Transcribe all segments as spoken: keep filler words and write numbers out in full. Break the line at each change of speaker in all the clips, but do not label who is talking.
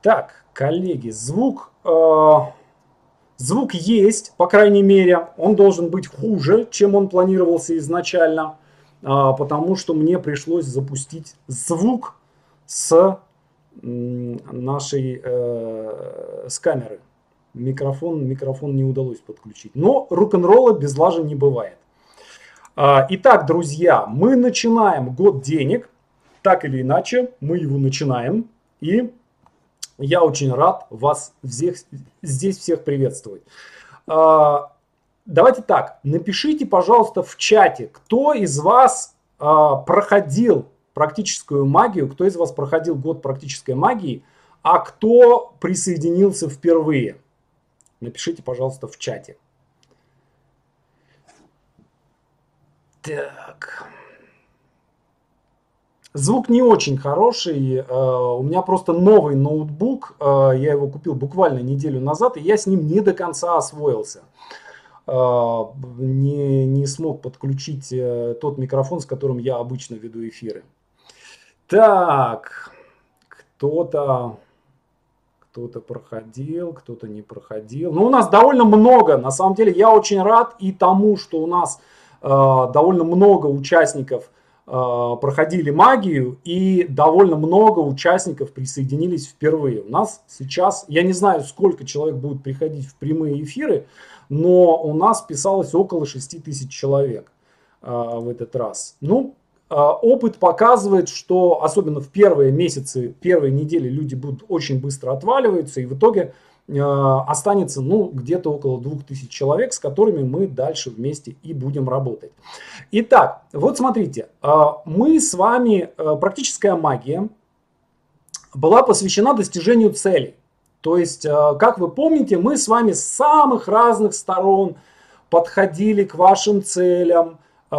Так, коллеги, звук, э, звук есть, по крайней мере, он должен быть хуже, чем он планировался изначально, э, потому что мне пришлось запустить звук с м, нашей э, с камеры. Микрофон, микрофон не удалось подключить. Но рок-н-ролла без лажи не бывает. А, Итак, друзья, мы начинаем год денег. Так или иначе, мы его начинаем. И я очень рад вас всех, здесь всех приветствовать. А, Давайте так, напишите, пожалуйста, в чате, кто из вас а, проходил практическую магию, кто из вас проходил год практической магии, а кто присоединился впервые. Напишите, пожалуйста, в чате. Так. Звук не очень хороший. У меня просто новый ноутбук. Я его купил буквально неделю назад, и я с ним не до конца освоился. Не, не смог подключить тот микрофон, с которым я обычно веду эфиры. Так, кто-то кто-то проходил, кто-то не проходил. Но у нас довольно много. На самом деле я очень рад и тому, что у нас довольно много участников проходили магию, и довольно много участников присоединились впервые. У нас сейчас, я не знаю, сколько человек будет приходить в прямые эфиры, но у нас писалось около шести тысяч человек в этот раз. Ну, опыт показывает, что особенно в первые месяцы, первые недели люди будут очень быстро отваливаться, и в итоге останется, ну, где-то около двух тысяч человек, с которыми мы дальше вместе и будем работать. Итак, вот смотрите, мы с вами, практическая магия была посвящена достижению целей. То есть, как вы помните, мы с вами с самых разных сторон подходили к вашим целям,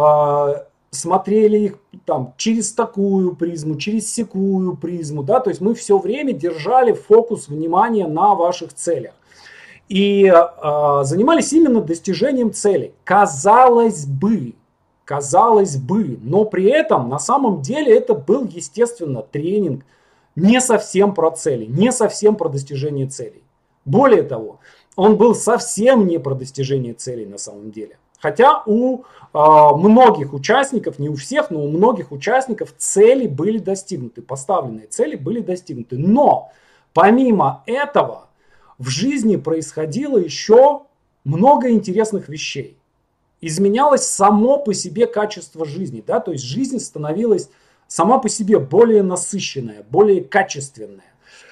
смотрели их там через такую призму, через сякую призму, да, то есть мы все время держали фокус внимания на ваших целях и э, занимались именно достижением целей. Казалось бы, казалось бы, но при этом на самом деле это был, естественно, тренинг не совсем про цели, не совсем про достижение целей. Более того, он был совсем не про достижение целей на самом деле. Хотя у э, многих участников, не у всех, но у многих участников цели были достигнуты, поставленные цели были достигнуты. Но помимо этого в жизни происходило еще много интересных вещей. Изменялось само по себе качество жизни, да, то есть жизнь становилась сама по себе более насыщенная, более качественная.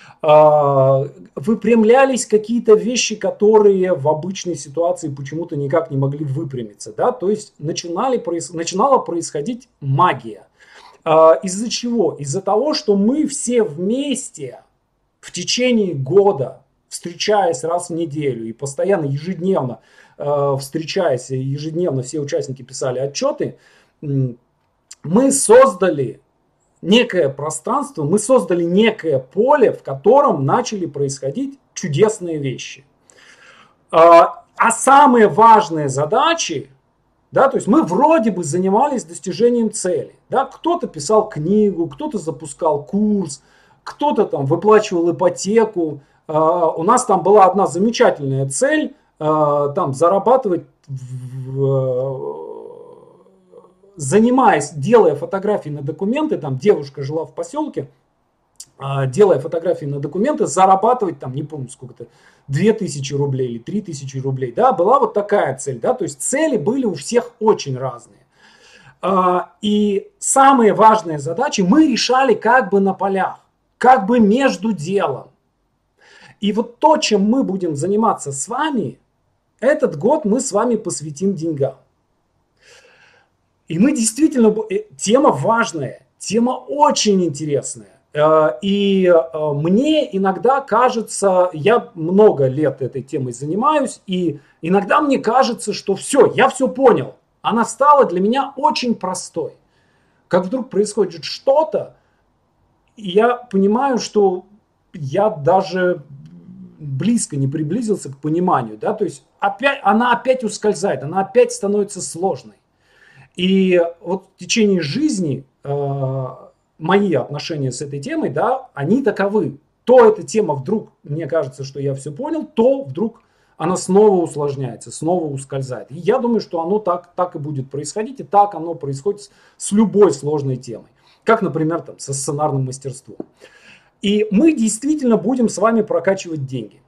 Выпрямлялись какие-то вещи, которые в обычной ситуации почему-то никак не могли выпрямиться. Да? То есть начинали, начинала происходить магия. Из-за чего? Из-за того, что мы все вместе в течение года, встречаясь раз в неделю и постоянно, ежедневно встречаясь, ежедневно все участники писали отчеты, мы создали некое пространство, мы создали некое поле, в котором начали происходить чудесные вещи. А самые важные задачи, да, то есть мы вроде бы занимались достижением цели. Да, кто-то писал книгу, кто-то запускал курс, кто-то там выплачивал ипотеку. У нас там была одна замечательная цель, там зарабатывать в занимаясь, делая фотографии на документы, там девушка жила в поселке, делая фотографии на документы, зарабатывать там, не помню сколько-то, две тысячи рублей или три тысячи рублей, да, была вот такая цель, да, то есть цели были у всех очень разные. И самые важные задачи мы решали как бы на полях, как бы между делом. И вот то, чем мы будем заниматься с вами, этот год мы с вами посвятим деньгам. И мы действительно, тема важная, тема очень интересная. И мне иногда кажется, я много лет этой темой занимаюсь, и иногда мне кажется, что все, я все понял. Она стала для меня очень простой. Как вдруг происходит что-то, и я понимаю, что я даже близко не приблизился к пониманию. Да? То есть опять, она опять ускользает, она опять становится сложной. И вот в течение жизни э, мои отношения с этой темой, да, они таковы. то эта тема вдруг, мне кажется, что я все понял, то вдруг она снова усложняется, снова ускользает. И я думаю, что оно так, так и будет происходить, и так оно происходит с, с любой сложной темой. Как, например, там, со сценарным мастерством. И мы действительно будем с вами прокачивать деньги.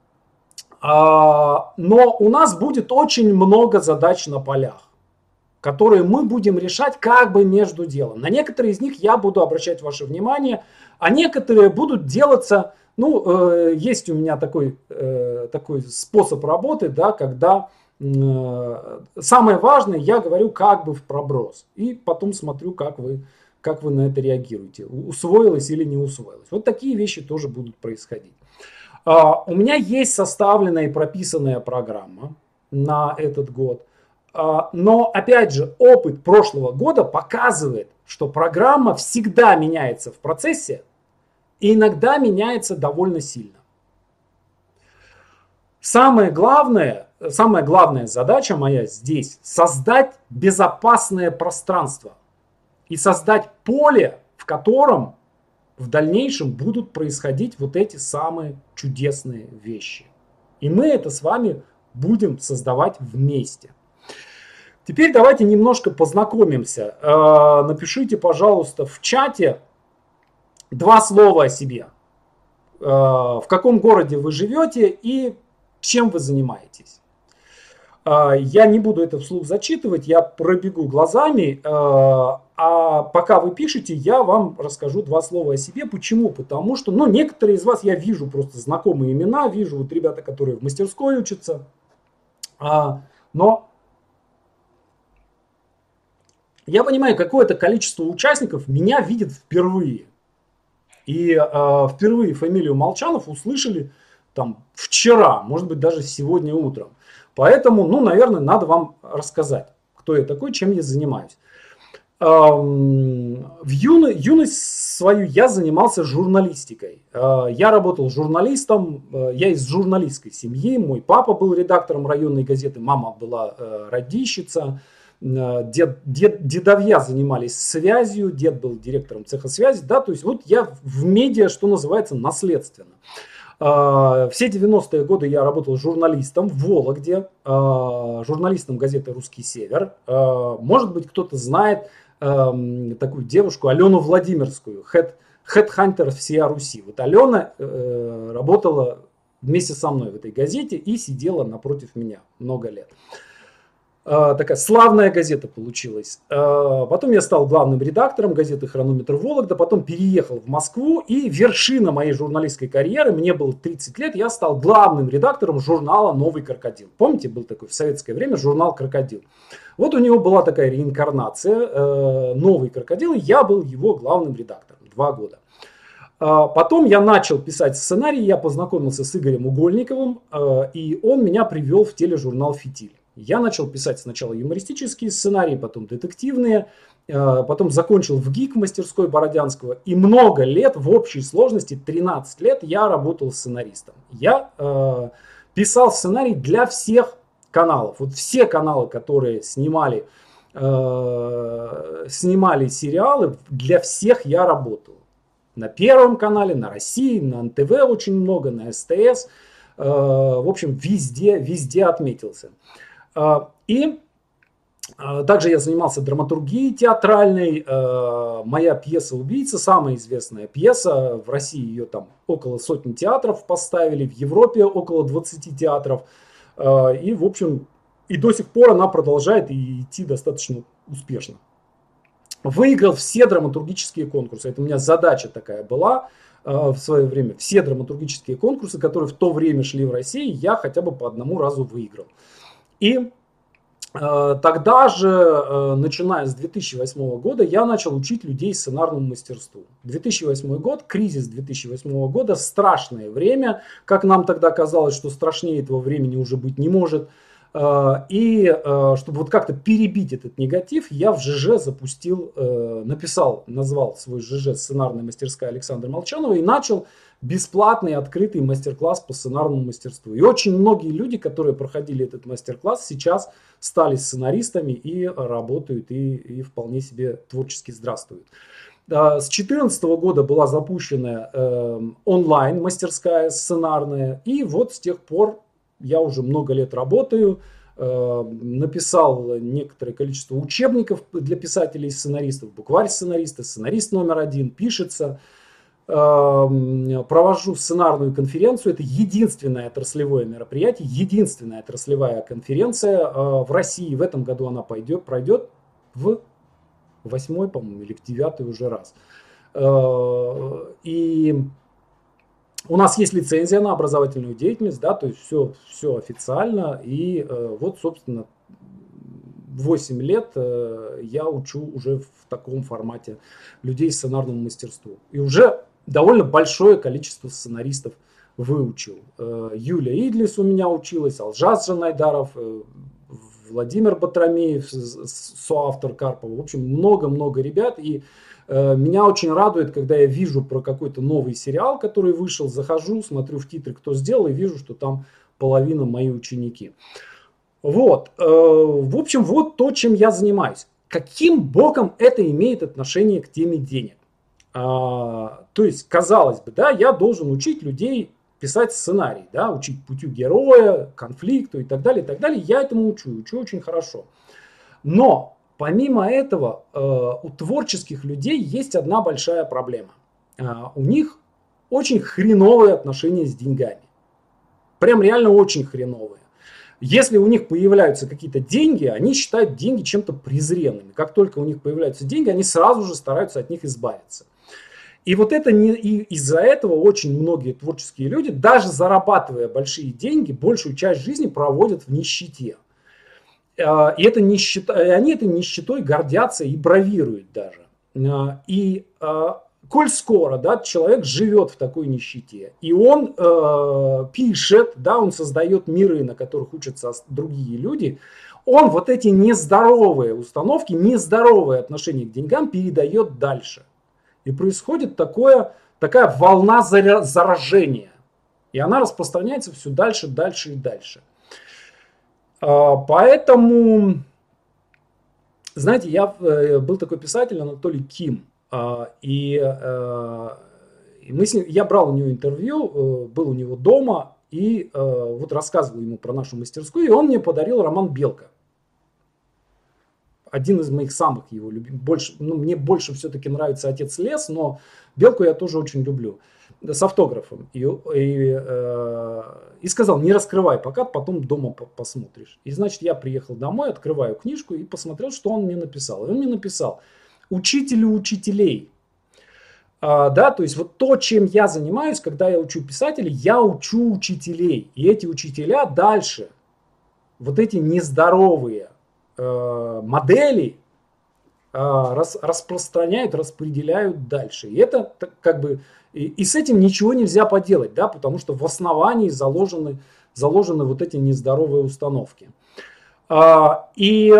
А, но у нас будет очень много задач на полях, которые мы будем решать как бы между делом. На некоторые из них я буду обращать ваше внимание, а некоторые будут делаться, ну, э, есть у меня такой, э, такой способ работы, да, когда э, самое важное я говорю как бы в проброс, и потом смотрю, как вы, как вы на это реагируете, усвоилось или не усвоилось. Вот такие вещи тоже будут происходить. Uh, у меня есть составленная и прописанная программа на этот год. Uh, но, опять же, опыт прошлого года показывает, что программа всегда меняется в процессе и иногда меняется довольно сильно. Самое главное, самая главная задача моя здесь — создать безопасное пространство и создать поле, в котором в дальнейшем будут происходить вот эти самые чудесные вещи. И мы это с вами будем создавать вместе. Теперь давайте немножко познакомимся. Напишите, пожалуйста, в чате два слова о себе. В каком городе вы живете и чем вы занимаетесь. Я не буду это вслух зачитывать, я пробегу глазами. А пока вы пишете, я вам расскажу два слова о себе. Почему? Потому что, ну, некоторые из вас я вижу просто знакомые имена, вижу вот ребята, которые в мастерской учатся. А, но я понимаю, какое-то количество участников меня видит впервые. И а, впервые фамилию Молчанов услышали там вчера, может быть, даже сегодня утром. Поэтому, ну, наверное, надо вам рассказать, кто я такой, чем я занимаюсь. В юно, юность свою я занимался журналистикой. Я работал журналистом, я из журналистской семьи. Мой папа был редактором районной газеты, мама была радищица. Дед, дед, дедовья занимались связью, дед был директором цеха связи. Да, то есть вот я в медиа, что называется, наследственно. Все девяностые годы я работал журналистом в Вологде, журналистом газеты «Русский север». Может быть, кто-то знает такую девушку Алену Владимирскую, хедхантер всея Руси. Вот Алена э, работала вместе со мной в этой газете и сидела напротив меня много лет. Э, такая славная газета получилась. Э, потом я стал главным редактором газеты «Хронометр Вологда», потом переехал в Москву, и вершина моей журналистской карьеры, мне было тридцать лет, я стал главным редактором журнала «Новый крокодил». Помните, был такой в советское время журнал «Крокодил». Вот у него была такая реинкарнация, э, «Новый крокодил», и я был его главным редактором два года. Э, потом я начал писать сценарий, я познакомился с Игорем Угольниковым, э, и он меня привел в тележурнал «Фитиль». Я начал писать сначала юмористические сценарии, потом детективные, э, потом закончил в ГИК мастерской Бородянского, и много лет, в общей сложности тринадцать лет, я работал сценаристом. Я э, писал сценарий для всех каналов. Вот все каналы, которые снимали, э, снимали сериалы, для всех я работал. На Первом канале, на России, на эн тэ вэ очень много, на эс тэ эс. Э, в общем, везде, везде отметился. Э, и э, также я занимался драматургией театральной. Э, моя пьеса «Убийца», самая известная пьеса. В России ее там около сотни театров поставили, в Европе около двадцати театров. И, в общем, и до сих пор она продолжает идти достаточно успешно. Выиграл все драматургические конкурсы. Это у меня задача такая была в свое время. Все драматургические конкурсы, которые в то время шли в России, я хотя бы по одному разу выиграл. И тогда же, начиная с две тысячи восьмого года, я начал учить людей сценарному мастерству. две тысячи восьмой год, кризис две тысячи восьмого года, страшное время, как нам тогда казалось, что страшнее этого времени уже быть не может. И чтобы вот как-то перебить этот негатив, я в ЖЖ запустил, написал, назвал свой ЖЖ «Сценарная мастерская Александра Молчанова» и начал бесплатный открытый мастер-класс по сценарному мастерству. И очень многие люди, которые проходили этот мастер-класс, сейчас стали сценаристами и работают, и, и вполне себе творчески здравствуют. С две тысячи четырнадцатого года была запущена э, онлайн-мастерская сценарная, и вот с тех пор я уже много лет работаю, э, написал некоторое количество учебников для писателей и сценаристов, букварь сценариста, сценарист номер один, пишется, э, провожу сценарную конференцию, это единственное отраслевое мероприятие, единственная отраслевая конференция э, в России, в этом году она пойдет, пройдет в восьмой, по-моему, или в девятый уже раз. И у нас есть лицензия на образовательную деятельность, да, то есть все, все официально. И вот, собственно, восемь лет я учу уже в таком формате людей сценарному мастерству. И уже довольно большое количество сценаристов выучил. Юлия Идлис у меня училась, Алжас Жанайдаров, Владимир Батрамеев, соавтор Карпова. В общем, много-много ребят. И э, меня очень радует, когда я вижу про какой-то новый сериал, который вышел, захожу, смотрю в титры, кто сделал, и вижу, что там половина мои ученики. Вот. Э, в общем, вот то, чем я занимаюсь. Каким боком это имеет отношение к теме денег? А, то есть, казалось бы, да, я должен учить людей писать сценарий, да, учить путю героя, конфликту и так далее, и так далее. Я этому учу, учу очень хорошо. Но помимо этого э, у творческих людей есть одна большая проблема. Э, у них очень хреновые отношения с деньгами. Прям реально очень хреновые. Если у них появляются какие-то деньги, они считают деньги чем-то презренными. Как только у них появляются деньги, они сразу же стараются от них избавиться. И вот это не, и из-за этого очень многие творческие люди, даже зарабатывая большие деньги, большую часть жизни проводят в нищете. И это нищета, они этой нищетой гордятся и бравируют даже. И коль скоро, да, человек живет в такой нищете, и он э, пишет, да, он создает миры, на которых учатся другие люди, он вот эти нездоровые установки, нездоровые отношения к деньгам передает дальше. И происходит такое, такая волна заражения. И она распространяется все дальше, дальше и дальше. Поэтому, знаете, я, был такой писатель Анатолий Ким. И, и мы с ним, я брал у него интервью, был у него дома. И вот рассказывал ему про нашу мастерскую. И он мне подарил роман «Белка». Один из моих самых его любимых. Больше, ну, мне больше все-таки нравится «Отец лес», но «Белку» я тоже очень люблю. С автографом. И, и, э, и сказал, не раскрывай пока, потом дома посмотришь. И значит, я приехал домой, открываю книжку и посмотрел, что он мне написал. И он мне написал: учителю учителей. А, да, то есть вот то, чем я занимаюсь, когда я учу писателей, я учу учителей. И эти учителя дальше, вот эти нездоровые модели рас, распространяют, распределяют дальше. И это как бы и, и с этим ничего нельзя поделать, да, потому что в основании заложены, заложены вот эти нездоровые установки. И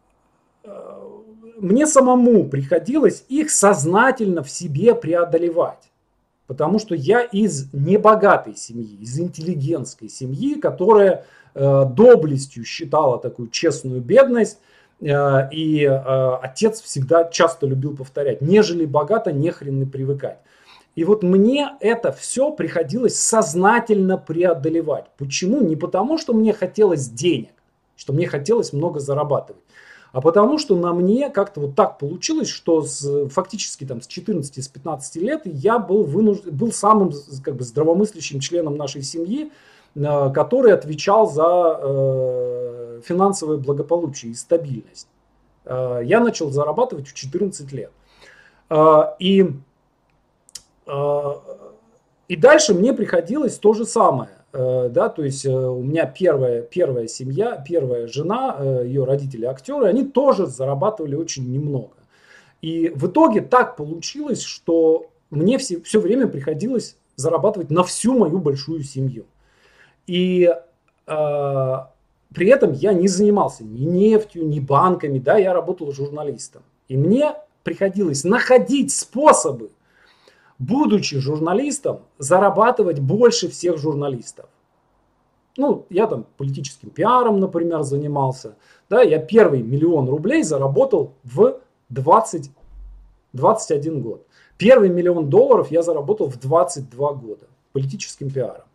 мне самому приходилось их сознательно в себе преодолевать. Потому что я из небогатой семьи, из интеллигентской семьи, которая э, доблестью считала такую честную бедность. Э, и э, отец всегда часто любил повторять: нежели богато, не хрен и привыкать. И вот мне это все приходилось сознательно преодолевать. Почему? Не потому, что мне хотелось денег, что мне хотелось много зарабатывать. А потому что на мне как-то вот так получилось, что с, фактически там с четырнадцати, с пятнадцати лет я был, вынужден, был самым как бы здравомыслящим членом нашей семьи, э, который отвечал за э, финансовое благополучие и стабильность. Э, я начал зарабатывать в четырнадцать лет. Э, и, э, и дальше мне приходилось то же самое. Да, то есть у меня первая, первая семья, первая жена, ее родители актеры, они тоже зарабатывали очень немного. И в итоге так получилось, что мне все, все время приходилось зарабатывать на всю мою большую семью. И э, при этом я не занимался ни нефтью, ни банками, да, я работал журналистом. И мне приходилось находить способы, будучи журналистом, зарабатывать больше всех журналистов. Ну, я там политическим пиаром, например, занимался. Да, я первый миллион рублей заработал в двадцать двадцать один год. Первый миллион долларов я заработал в двадцать два года политическим пиаром.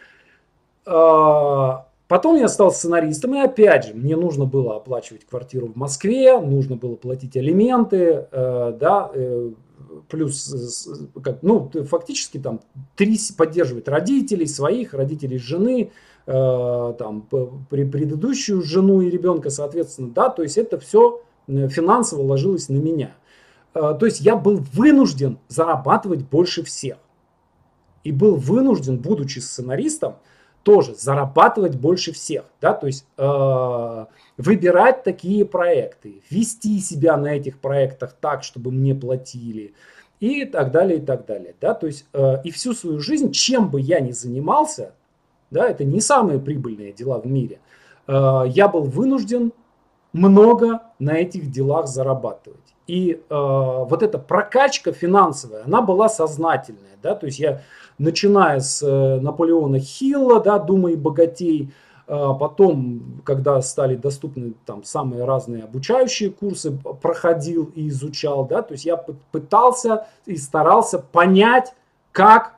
Потом я стал сценаристом, и опять же, мне нужно было оплачивать квартиру в Москве, нужно было платить алименты, да, плюс, как, ну, фактически там три поддерживать родителей, своих, родителей жены, там, предыдущую жену и ребенка, соответственно, да, то есть это все финансово ложилось на меня. То есть я был вынужден зарабатывать больше всех. И был вынужден, будучи сценаристом, тоже зарабатывать больше всех, да, то есть э, выбирать такие проекты, вести себя на этих проектах так, чтобы мне платили и так далее, и так далее, да, то есть э, и всю свою жизнь, чем бы я ни занимался, да, это не самые прибыльные дела в мире, э, я был вынужден много на этих делах зарабатывать. И э, вот эта прокачка финансовая, она была сознательная, да, то есть я, начиная с э, Наполеона Хилла, да, «Думай и богатей», э, потом, когда стали доступны там самые разные обучающие курсы, проходил и изучал, да, то есть я пытался и старался понять, как,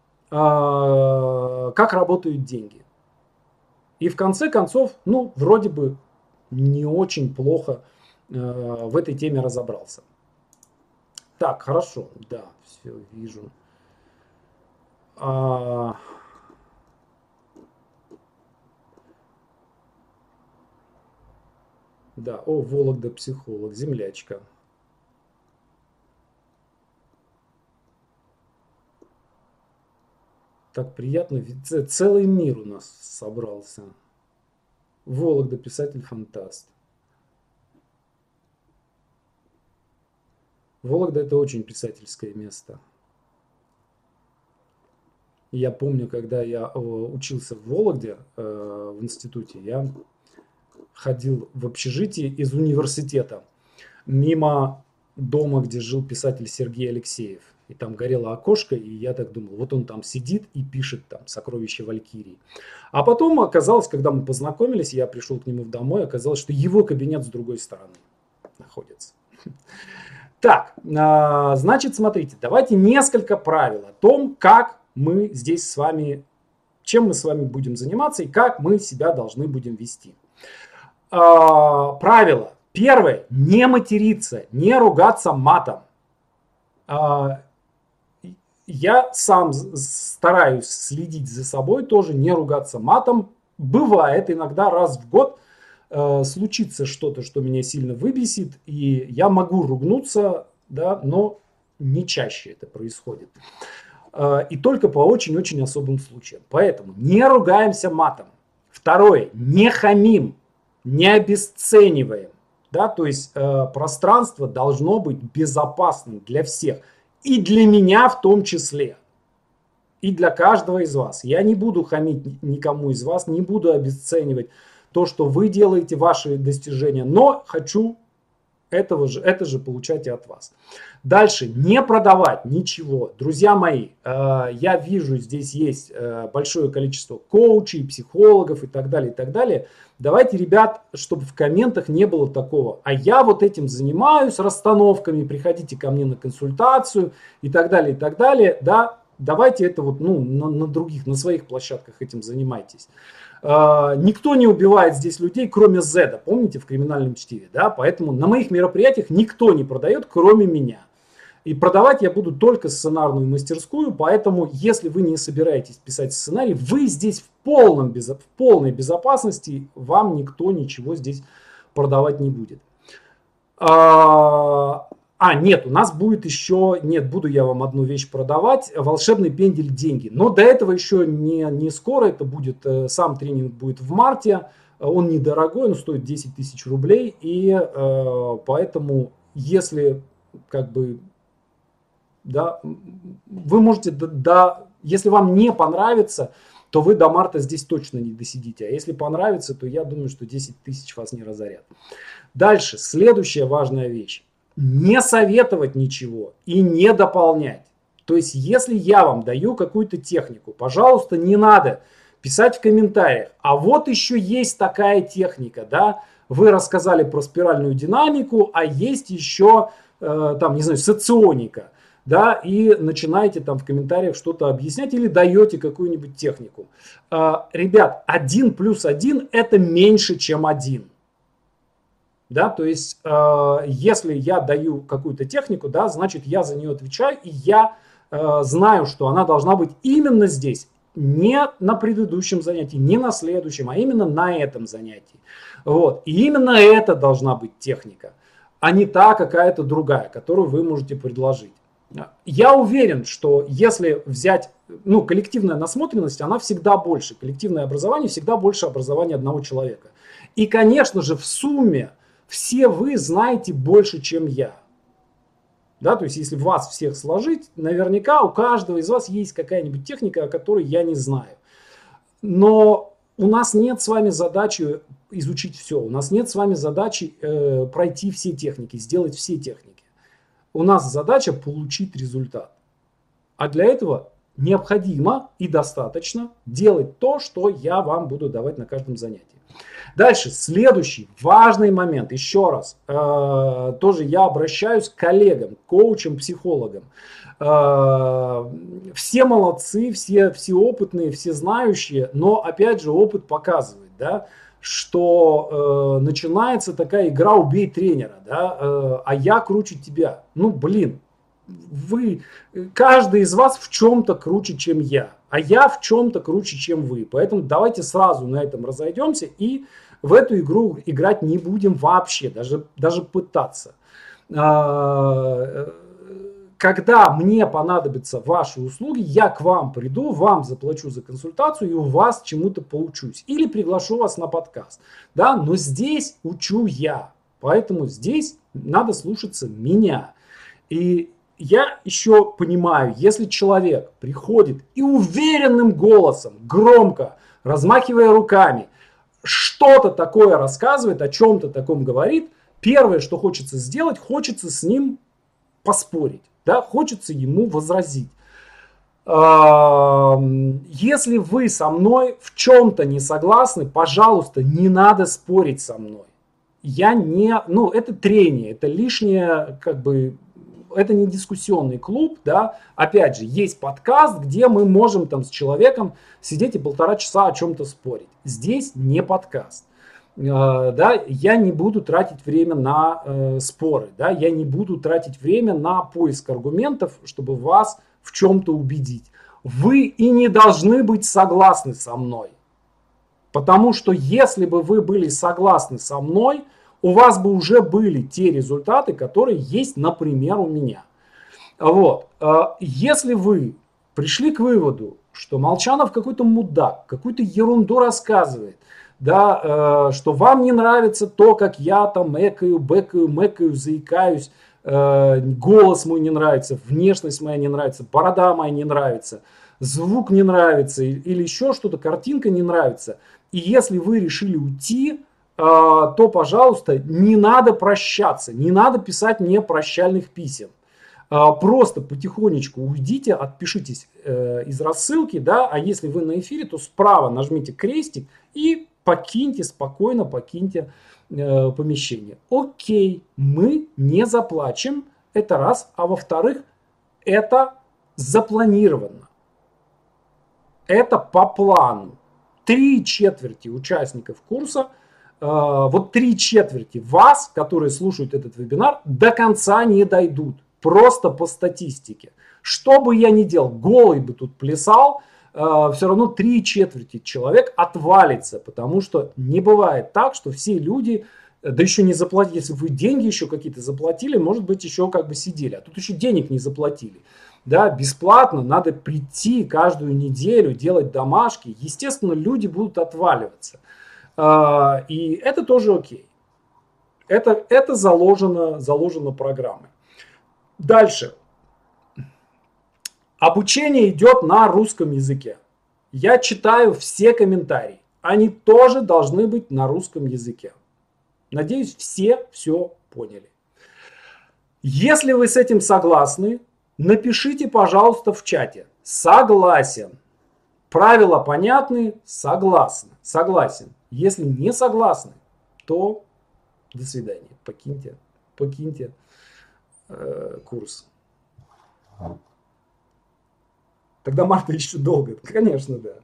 э, как работают деньги. И в конце концов, ну, вроде бы не очень плохо в этой теме разобрался. Так, хорошо, да, все вижу. А... Да, о, Вологда психолог, землячка. Так приятно, целый мир у нас собрался. Вологда, писатель-фантаст. Вологда — это очень писательское место. Я помню, когда я учился в Вологде, в институте, я ходил в общежитие из университета мимо дома, где жил писатель Сергей Алексеев. И там горело окошко, и я так думал, вот он там сидит и пишет там «Сокровища Валькирии». А потом оказалось, когда мы познакомились, я пришел к нему домой, оказалось, что его кабинет с другой стороны находится. Так, значит, смотрите, давайте несколько правил о том, как мы здесь с вами, чем мы с вами будем заниматься и как мы себя должны будем вести. Правило. Первое. Не материться, не ругаться матом. Я сам стараюсь следить за собой, тоже не ругаться матом. Бывает иногда раз в год случится что-то, что меня сильно выбесит, и я могу ругнуться, да, но не чаще это происходит. И только по очень-очень особым случаям. Поэтому не ругаемся матом. Второе, не хамим, не обесцениваем. Да, то есть э, пространство должно быть безопасным для всех. И для меня в том числе. И для каждого из вас. Я не буду хамить никому из вас, не буду обесценивать то, что вы делаете, ваши достижения, но хочу этого же, это же получать и от вас. Дальше, не продавать ничего. Друзья мои, э, я вижу, здесь есть э, большое количество коучей, психологов и так далее, и так далее. Давайте, ребят, чтобы в комментах не было такого, а я вот этим занимаюсь расстановками, приходите ко мне на консультацию и так далее, и так далее. Да, давайте это вот, ну, на, на других, на своих площадках этим занимайтесь. Никто не убивает здесь людей, кроме Зеда, помните, в «Криминальном чтиве», да, поэтому на моих мероприятиях никто не продает, кроме меня. И продавать я буду только сценарную мастерскую, поэтому если вы не собираетесь писать сценарий, вы здесь в, полном, в полной безопасности, вам никто ничего здесь продавать не будет. А, нет, у нас будет еще, нет, буду я вам одну вещь продавать, волшебный пендель деньги. Но до этого еще не, не скоро, это будет, сам тренинг будет в марте, он недорогой, он стоит десять тысяч рублей, и э, поэтому, если, как бы, да, вы можете, да, если вам не понравится, то вы до марта здесь точно не досидите, а если понравится, то я думаю, что десять тысяч вас не разорят. Дальше, следующая важная вещь. Не советовать ничего и не дополнять. То есть, если я вам даю какую-то технику, пожалуйста, не надо писать в комментариях. А вот еще есть такая техника, да, вы рассказали про спиральную динамику, а есть еще, э, там, не знаю, соционика, да, и начинаете там в комментариях что-то объяснять или даете какую-нибудь технику. Э, ребят, один плюс один это меньше, чем один. Да, то есть, э, если я даю какую-то технику, да, значит, я за нее отвечаю, и я э, знаю, что она должна быть именно здесь, не на предыдущем занятии, не на следующем, а именно на этом занятии. Вот. И именно это должна быть техника, а не та какая-то другая, которую вы можете предложить. Я уверен, что если взять, ну, коллективная насмотренность, она всегда больше, коллективное образование всегда больше образования одного человека. И, конечно же, в сумме все вы знаете больше, чем я. Да, то есть, если вас всех сложить, наверняка у каждого из вас есть какая-нибудь техника, о которой я не знаю. Но у нас нет с вами задачи изучить все. У нас нет с вами задачи э, пройти все техники, сделать все техники. У нас задача получить результат. А для этого необходимо и достаточно делать то, что я вам буду давать на каждом занятии. Дальше, следующий важный момент, еще раз, э, тоже я обращаюсь к коллегам, коучам, психологам. Э, все молодцы, все, все опытные, все знающие, но опять же опыт показывает, да, что э, начинается такая игра «убей тренера», да, э, а я круче тебя. Ну, блин, вы, каждый из вас в чем-то круче, чем я, а я в чем-то круче, чем вы. Поэтому давайте сразу на этом разойдемся и в эту игру играть не будем вообще, даже, даже пытаться. Когда мне понадобятся ваши услуги, я к вам приду, вам заплачу за консультацию и у вас чему-то поучусь. Или приглашу вас на подкаст. Да? Но здесь учу я. Поэтому здесь надо слушаться меня. И я еще понимаю, если человек приходит и уверенным голосом, громко, размахивая руками, что-то такое рассказывает, о чем-то таком говорит, первое, что хочется сделать, хочется с ним поспорить, да, хочется ему возразить. Если вы со мной в чем-то не согласны, пожалуйста, не надо спорить со мной. Я не, ну, это трение, это лишнее, как бы, это не дискуссионный клуб, да, опять же, есть подкаст, где мы можем там с человеком сидеть и полтора часа о чем-то спорить. Здесь не подкаст, да, я не буду тратить время на э, споры, да, я не буду тратить время на поиск аргументов, чтобы вас в чем-то убедить. Вы и не должны быть согласны со мной, потому что если бы вы были согласны со мной, у вас бы уже были те результаты, которые есть, например, у меня. Вот. Если вы пришли к выводу, что Молчанов какой-то мудак, какую-то ерунду рассказывает, да, что вам не нравится то, как я там экаю, бэкаю, мэкаю, заикаюсь, голос мой не нравится, внешность моя не нравится, борода моя не нравится, звук не нравится или еще что-то, картинка не нравится, и если вы решили уйти, то, пожалуйста, не надо прощаться, не надо писать мне прощальных писем. Просто потихонечку уйдите, отпишитесь из рассылки, да, а если вы на эфире, то справа нажмите крестик и покиньте, спокойно покиньте помещение. Окей, мы не заплачем, это раз, а во-вторых, это запланировано. Это по плану. Три четверти участников курса, вот три четверти вас, которые слушают этот вебинар, до конца не дойдут. Просто по статистике. Что бы я ни делал, голый бы тут плясал, все равно три четверти человек отвалится, потому что не бывает так, что все люди, да еще не заплатили, если вы деньги еще какие-то заплатили, может быть, еще как бы сидели, а тут еще денег не заплатили. Да, бесплатно, надо прийти каждую неделю, делать домашки. Естественно, люди будут отваливаться. И это тоже окей. Это, это заложено, заложено программой. Дальше. Обучение идет на русском языке. Я читаю все комментарии. Они тоже должны быть на русском языке. Надеюсь, все все поняли. Если вы с этим согласны, напишите, пожалуйста, в чате. Согласен. Правила понятны? Согласен. Согласен. Если не согласны, то до свидания. Покиньте, покиньте э, курс. Тогда марта еще долго. Конечно, да.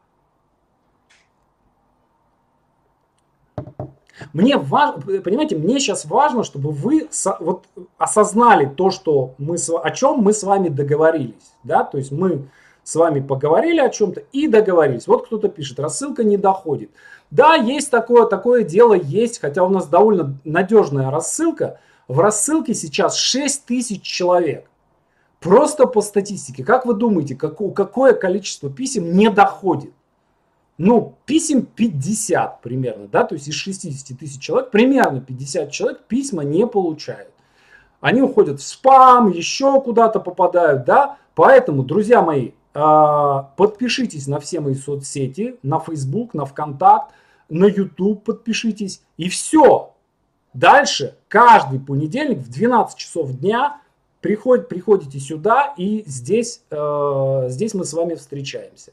Мне важно, понимаете, мне сейчас важно, чтобы вы со, вот, осознали то, что мы, о чем мы с вами договорились. Да? То есть мы с вами поговорили о чем-то и договорились. Вот кто-то пишет, рассылка не доходит. Да, есть такое, такое дело, есть, хотя у нас довольно надежная рассылка. В рассылке сейчас шесть тысяч человек. Просто по статистике. Как вы думаете, какое, какое количество писем не доходит? Ну, писем пятьдесят примерно, да, то есть из шестидесяти тысяч человек, примерно пятьдесят человек письма не получают. Они уходят в спам, еще куда-то попадают, да. Поэтому, друзья мои, подпишитесь на все мои соцсети, на Facebook, на ВКонтакт, на YouTube подпишитесь, и все. Дальше каждый понедельник в двенадцать часов дня приход, приходите сюда, и здесь, здесь мы с вами встречаемся.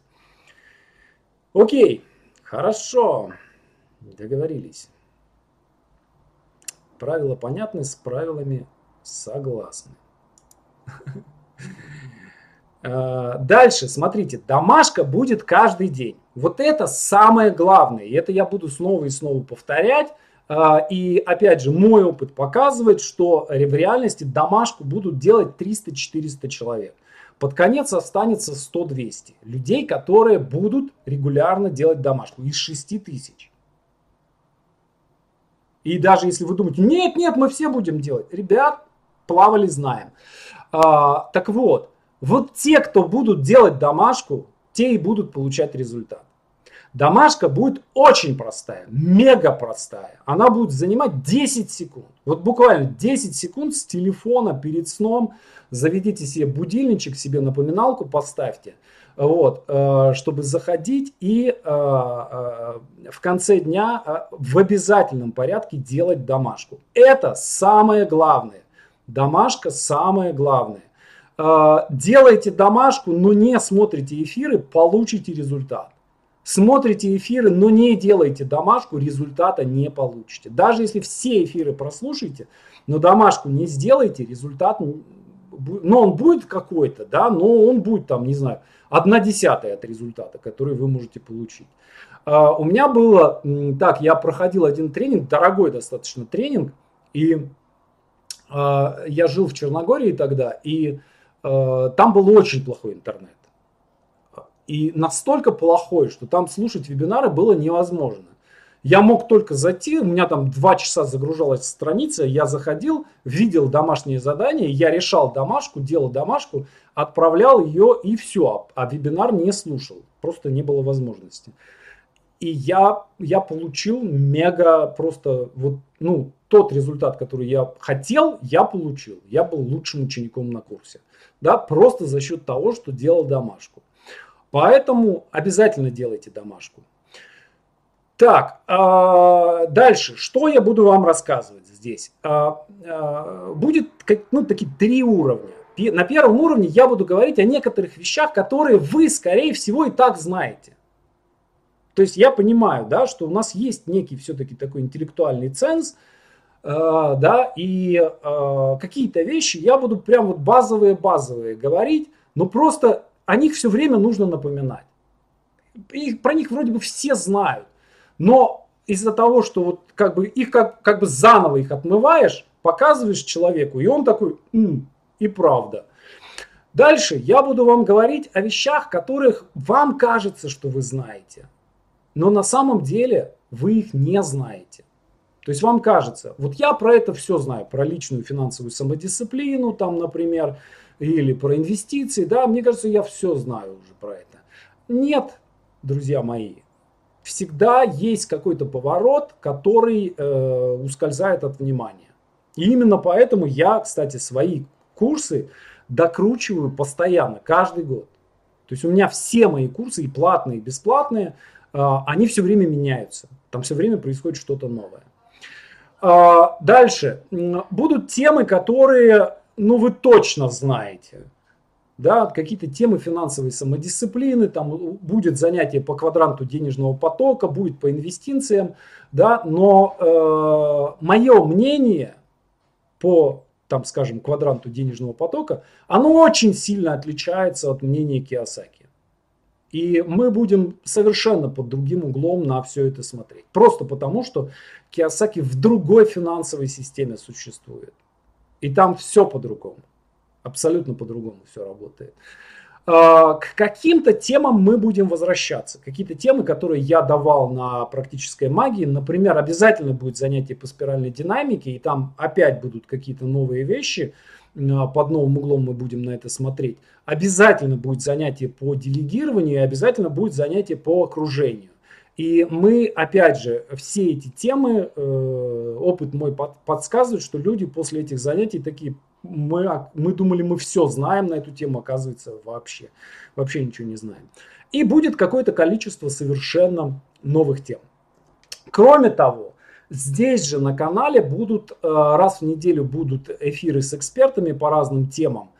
Окей, хорошо, договорились. Правила понятны, с правилами согласны. Дальше, смотрите, домашка будет каждый день. Вот это самое главное. И это я буду снова и снова повторять. И опять же, мой опыт показывает, что в реальности домашку будут делать триста-четыреста человек. Под конец останется сто-двести людей, которые будут регулярно делать домашку из шести тысяч. И даже если вы думаете, нет, нет, мы все будем делать. Ребят, плавали, знаем. А, так вот, вот те, кто будут делать домашку, те и будут получать результат. Домашка будет очень простая, мега простая. Она будет занимать десять секунд. Вот буквально десять секунд с телефона перед сном. Заведите себе будильничек, себе напоминалку поставьте. Вот, чтобы заходить и в конце дня в обязательном порядке делать домашку. Это самое главное. Домашка самое главное. Делайте домашку, но не смотрите эфиры, получите результат. Смотрите эфиры, но не делайте домашку, результата не получите. Даже если все эфиры прослушаете, но домашку не сделаете, результат, ну он будет какой-то, да, но он будет там, не знаю, одна десятая от результата, который вы можете получить. Uh, у меня было, так, я проходил один тренинг, дорогой достаточно тренинг, и uh, я жил в Черногории тогда, и uh, там был очень плохой интернет. И настолько плохой, что там слушать вебинары было невозможно. Я мог только зайти, у меня там два часа загружалась страница, я заходил, видел домашнее задание, я решал домашку, делал домашку, отправлял ее и все, а вебинар не слушал, просто не было возможности. И я, я получил мега просто, вот, ну, тот результат, который я хотел, я получил. Я был лучшим учеником на курсе, да, просто за счет того, что делал домашку. Поэтому обязательно делайте домашку. Так, э, дальше. Что я буду вам рассказывать здесь? Э, э, будет ну, такие три уровня. На первом уровне я буду говорить о некоторых вещах, которые вы, скорее всего, и так знаете. То есть я понимаю, да, что у нас есть некий все-таки такой интеллектуальный ценз, э, да, и э, какие-то вещи я буду прям вот базовые-базовые говорить, но просто... О них все время нужно напоминать. И про них вроде бы все знают. Но из-за того, что вот как бы их как, как бы заново их отмываешь, показываешь человеку, и он такой, М, и правда. Дальше я буду вам говорить о вещах, которых вам кажется, что вы знаете. Но на самом деле вы их не знаете. То есть вам кажется, вот я про это все знаю, про личную финансовую самодисциплину, там, например, или про инвестиции, да, мне кажется, я все знаю уже про это. Нет, друзья мои, всегда есть какой-то поворот, который э, ускользает от внимания. И именно поэтому я, кстати, свои курсы докручиваю постоянно, каждый год. То есть у меня все мои курсы, и платные, и бесплатные, э, они все время меняются. Там все время происходит что-то новое. Э, дальше. Будут темы, которые... Ну, вы точно знаете, да, какие-то темы финансовой самодисциплины, там будет занятие по квадранту денежного потока, будет по инвестициям, да, но э, мое мнение по там, скажем, квадранту денежного потока, оно очень сильно отличается от мнения Кийосаки. И мы будем совершенно под другим углом на все это смотреть. Просто потому, что Кийосаки в другой финансовой системе существует. И там все по-другому. Абсолютно по-другому все работает. К каким-то темам мы будем возвращаться. Какие-то темы, которые я давал на практической магии. Например, обязательно будет занятие по спиральной динамике. И там опять будут какие-то новые вещи. Под новым углом мы будем на это смотреть. Обязательно будет занятие по делегированию. И обязательно будет занятие по окружению. И мы, опять же, все эти темы, опыт мой подсказывает, что люди после этих занятий такие... Мы, мы думали, мы все знаем на эту тему, оказывается, вообще, вообще ничего не знаем. И будет какое-то количество совершенно новых тем. Кроме того, здесь же на канале будут раз в неделю будут эфиры с экспертами по разным темам,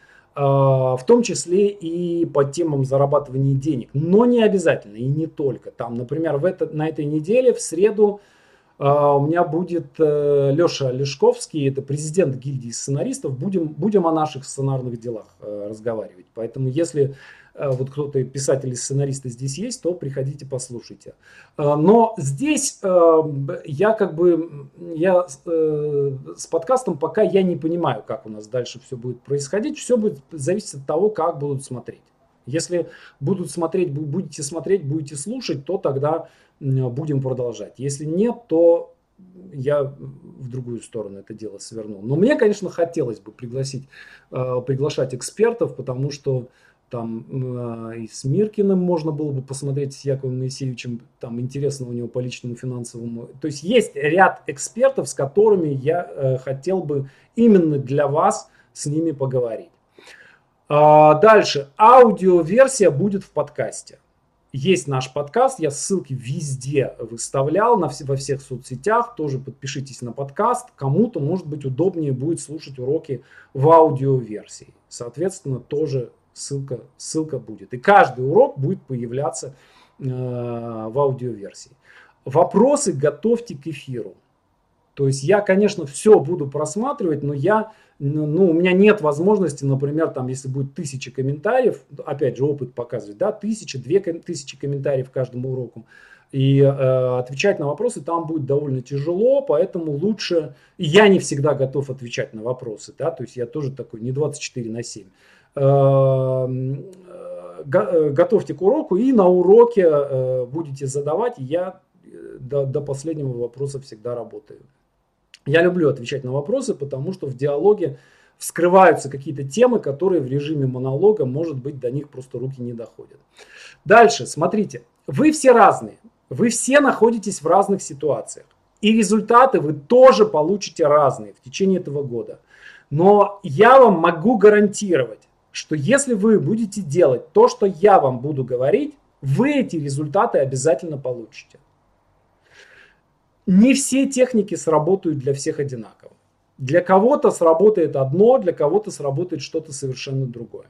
в том числе и по темам зарабатывания денег. Но не обязательно и не только. Там, например, в это, на этой неделе в среду Uh, у меня будет uh, Леша Лешковский, это президент гильдии сценаристов. Будем, будем о наших сценарных делах uh, разговаривать. Поэтому если uh, вот кто-то писатель и сценаристы здесь есть, то приходите, послушайте. Uh, но здесь uh, я как бы я uh, с подкастом пока я не понимаю, как у нас дальше все будет происходить. Все будет зависеть от того, как будут смотреть. Если будут смотреть, будете смотреть, будете слушать, то тогда будем продолжать. Если нет, то я в другую сторону это дело сверну. Но мне, конечно, хотелось бы пригласить, приглашать экспертов, потому что там и с Миркиным можно было бы посмотреть, с Яковом Моисеевичем, там интересно у него по личному финансовому. То есть есть ряд экспертов, с которыми я хотел бы именно для вас с ними поговорить. Дальше. Аудиоверсия будет в подкасте. Есть наш подкаст, я ссылки везде выставлял, на все, во всех соцсетях. Тоже подпишитесь на подкаст. Кому-то, может быть, удобнее будет слушать уроки в аудиоверсии. Соответственно, тоже ссылка, ссылка будет. И каждый урок будет появляться э, в аудиоверсии. Вопросы готовьте к эфиру. То есть я, конечно, все буду просматривать, но я, ну, у меня нет возможности, например, там, если будет тысяча комментариев, опять же, опыт показывает, да, тысяча, две тысячи комментариев к каждому уроку, и э, отвечать на вопросы там будет довольно тяжело, поэтому лучше, и я не всегда готов отвечать на вопросы, да, то есть я тоже такой, не двадцать четыре на семь. Э, готовьте к уроку, и на уроке э, будете задавать, и я до, до последнего вопроса всегда работаю. Я люблю отвечать на вопросы, потому что в диалоге вскрываются какие-то темы, которые в режиме монолога, может быть, до них просто руки не доходят. Дальше, смотрите, вы все разные, вы все находитесь в разных ситуациях, и результаты вы тоже получите разные в течение этого года. Но я вам могу гарантировать, что если вы будете делать то, что я вам буду говорить, вы эти результаты обязательно получите. Не все техники сработают для всех одинаково. Для кого-то сработает одно, для кого-то сработает что-то совершенно другое.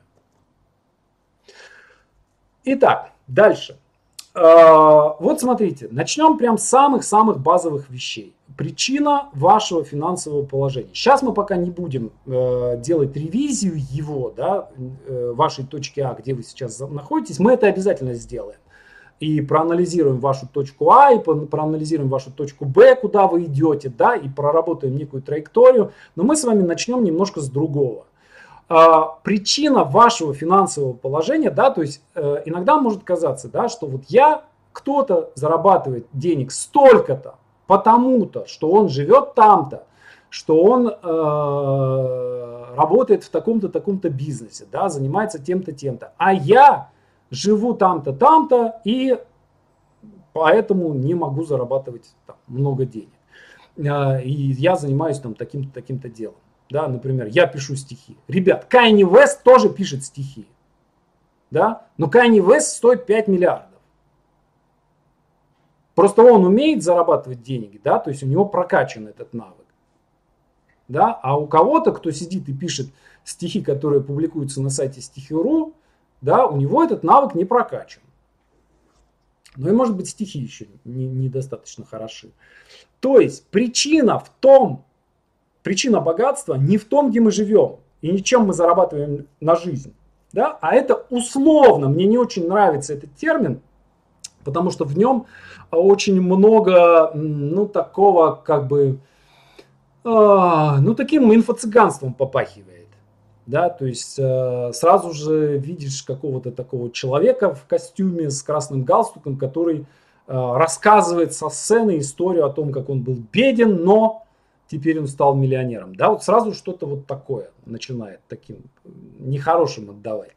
Итак, дальше. Вот смотрите, начнем прям с самых-самых базовых вещей. Причина вашего финансового положения. Сейчас мы пока не будем делать ревизию его, да, вашей точки А, где вы сейчас находитесь. Мы это обязательно сделаем. И проанализируем вашу точку А, и проанализируем вашу точку Б, куда вы идете, да, и проработаем некую траекторию. Но мы с вами начнем немножко с другого. А, причина вашего финансового положения, да, то есть э, иногда может казаться, да, что вот я, кто-то зарабатывает денег столько-то, потому-то, что он живет там-то, что он э, работает в таком-то, таком-то бизнесе, да, занимается тем-то, тем-то. А я живу там-то, там-то, и поэтому не могу зарабатывать там много денег. И я занимаюсь там таким-то, таким-то делом. Да, например, я пишу стихи. Ребят, Канье Уэст тоже пишет стихи. Да? Но Канье Уэст стоит пять миллиардов. Просто он умеет зарабатывать деньги, да, то есть у него прокачан этот навык. Да? А у кого-то, кто сидит и пишет стихи, которые публикуются на сайте стихи точка ру, да, у него этот навык не прокачан. Ну и, может быть, стихи еще недостаточно не хороши. То есть причина в том, причина богатства не в том, где мы живем и ничем мы зарабатываем на жизнь, да, а это условно, мне не очень нравится этот термин, потому что в нем очень много, ну, такого, как бы, э, ну, таким инфо-цыганством попахивает, да, то есть э, сразу же видишь какого-то такого человека в костюме с красным галстуком, который э, рассказывает со сцены историю о том, как он был беден, но теперь он стал миллионером, да, вот сразу что-то вот такое начинает таким нехорошим отдавать.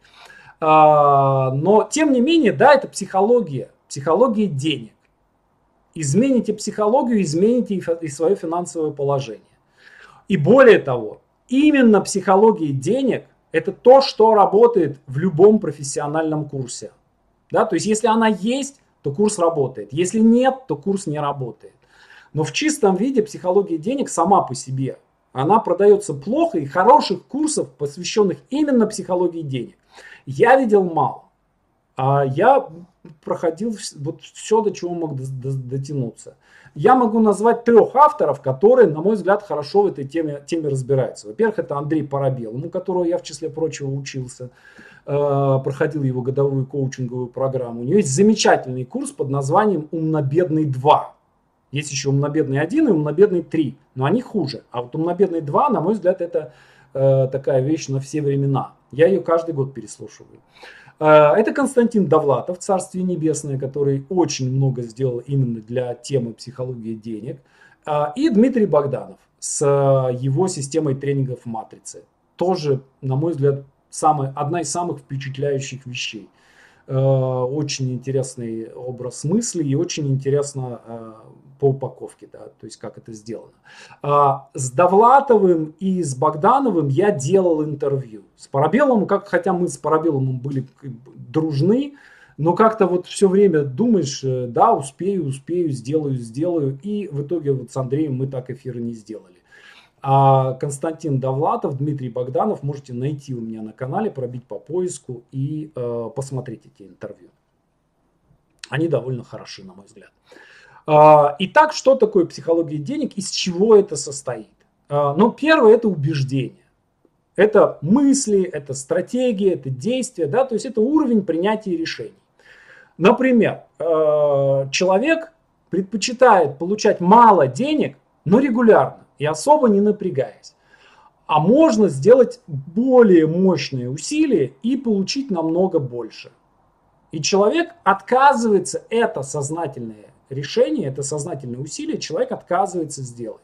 А, но, тем не менее, да, это психология, психология денег. Измените психологию, измените и свое финансовое положение. И более того, именно психология денег – это то, что работает в любом профессиональном курсе. Да, то есть, если она есть, то курс работает. Если нет, то курс не работает. Но в чистом виде психология денег сама по себе, она продается плохо, и хороших курсов, посвященных именно психологии денег, я видел мало. А я проходил вот все, до чего мог дотянуться. Я могу назвать трех авторов, которые, на мой взгляд, хорошо в этой теме, теме разбираются. Во-первых, это Андрей Парабелов, у которого я, в числе прочего, учился, э, проходил его годовую коучинговую программу. У него есть замечательный курс под названием «Умно-бедный два». Есть еще «Умно-бедный один» и «Умно-бедный три», но они хуже. А вот «Умно-бедный два», на мой взгляд, это э, такая вещь на все времена. Я ее каждый год переслушиваю. Это Константин Довлатов, Царствие Небесное, который очень много сделал именно для темы психологии денег. И Дмитрий Богданов с его системой тренингов матрицы. Тоже, на мой взгляд, самая, одна из самых впечатляющих вещей. Очень интересный образ мысли и очень интересно по упаковке, да, то есть как это сделано. С Довлатовым и с Богдановым я делал интервью. С Парабеловым, как, хотя мы с Парабеловым были дружны, но как-то вот все время думаешь, да, успею, успею, сделаю, сделаю, и в итоге вот с Андреем мы так эфиры не сделали. А Константин Довлатов, Дмитрий Богданов можете найти у меня на канале, пробить по поиску и э, посмотреть эти интервью. Они довольно хороши, на мой взгляд. А, итак, что такое психология денег, из чего это состоит? А, ну, первое – это убеждение. Это мысли, это стратегия, это действия, да, то есть это уровень принятия решений. Например, э, человек предпочитает получать мало денег, но регулярно и особо не напрягаясь. А можно сделать более мощные усилия и получить намного больше. И человек отказывается, это сознательное решение, это сознательное усилие, человек отказывается сделать.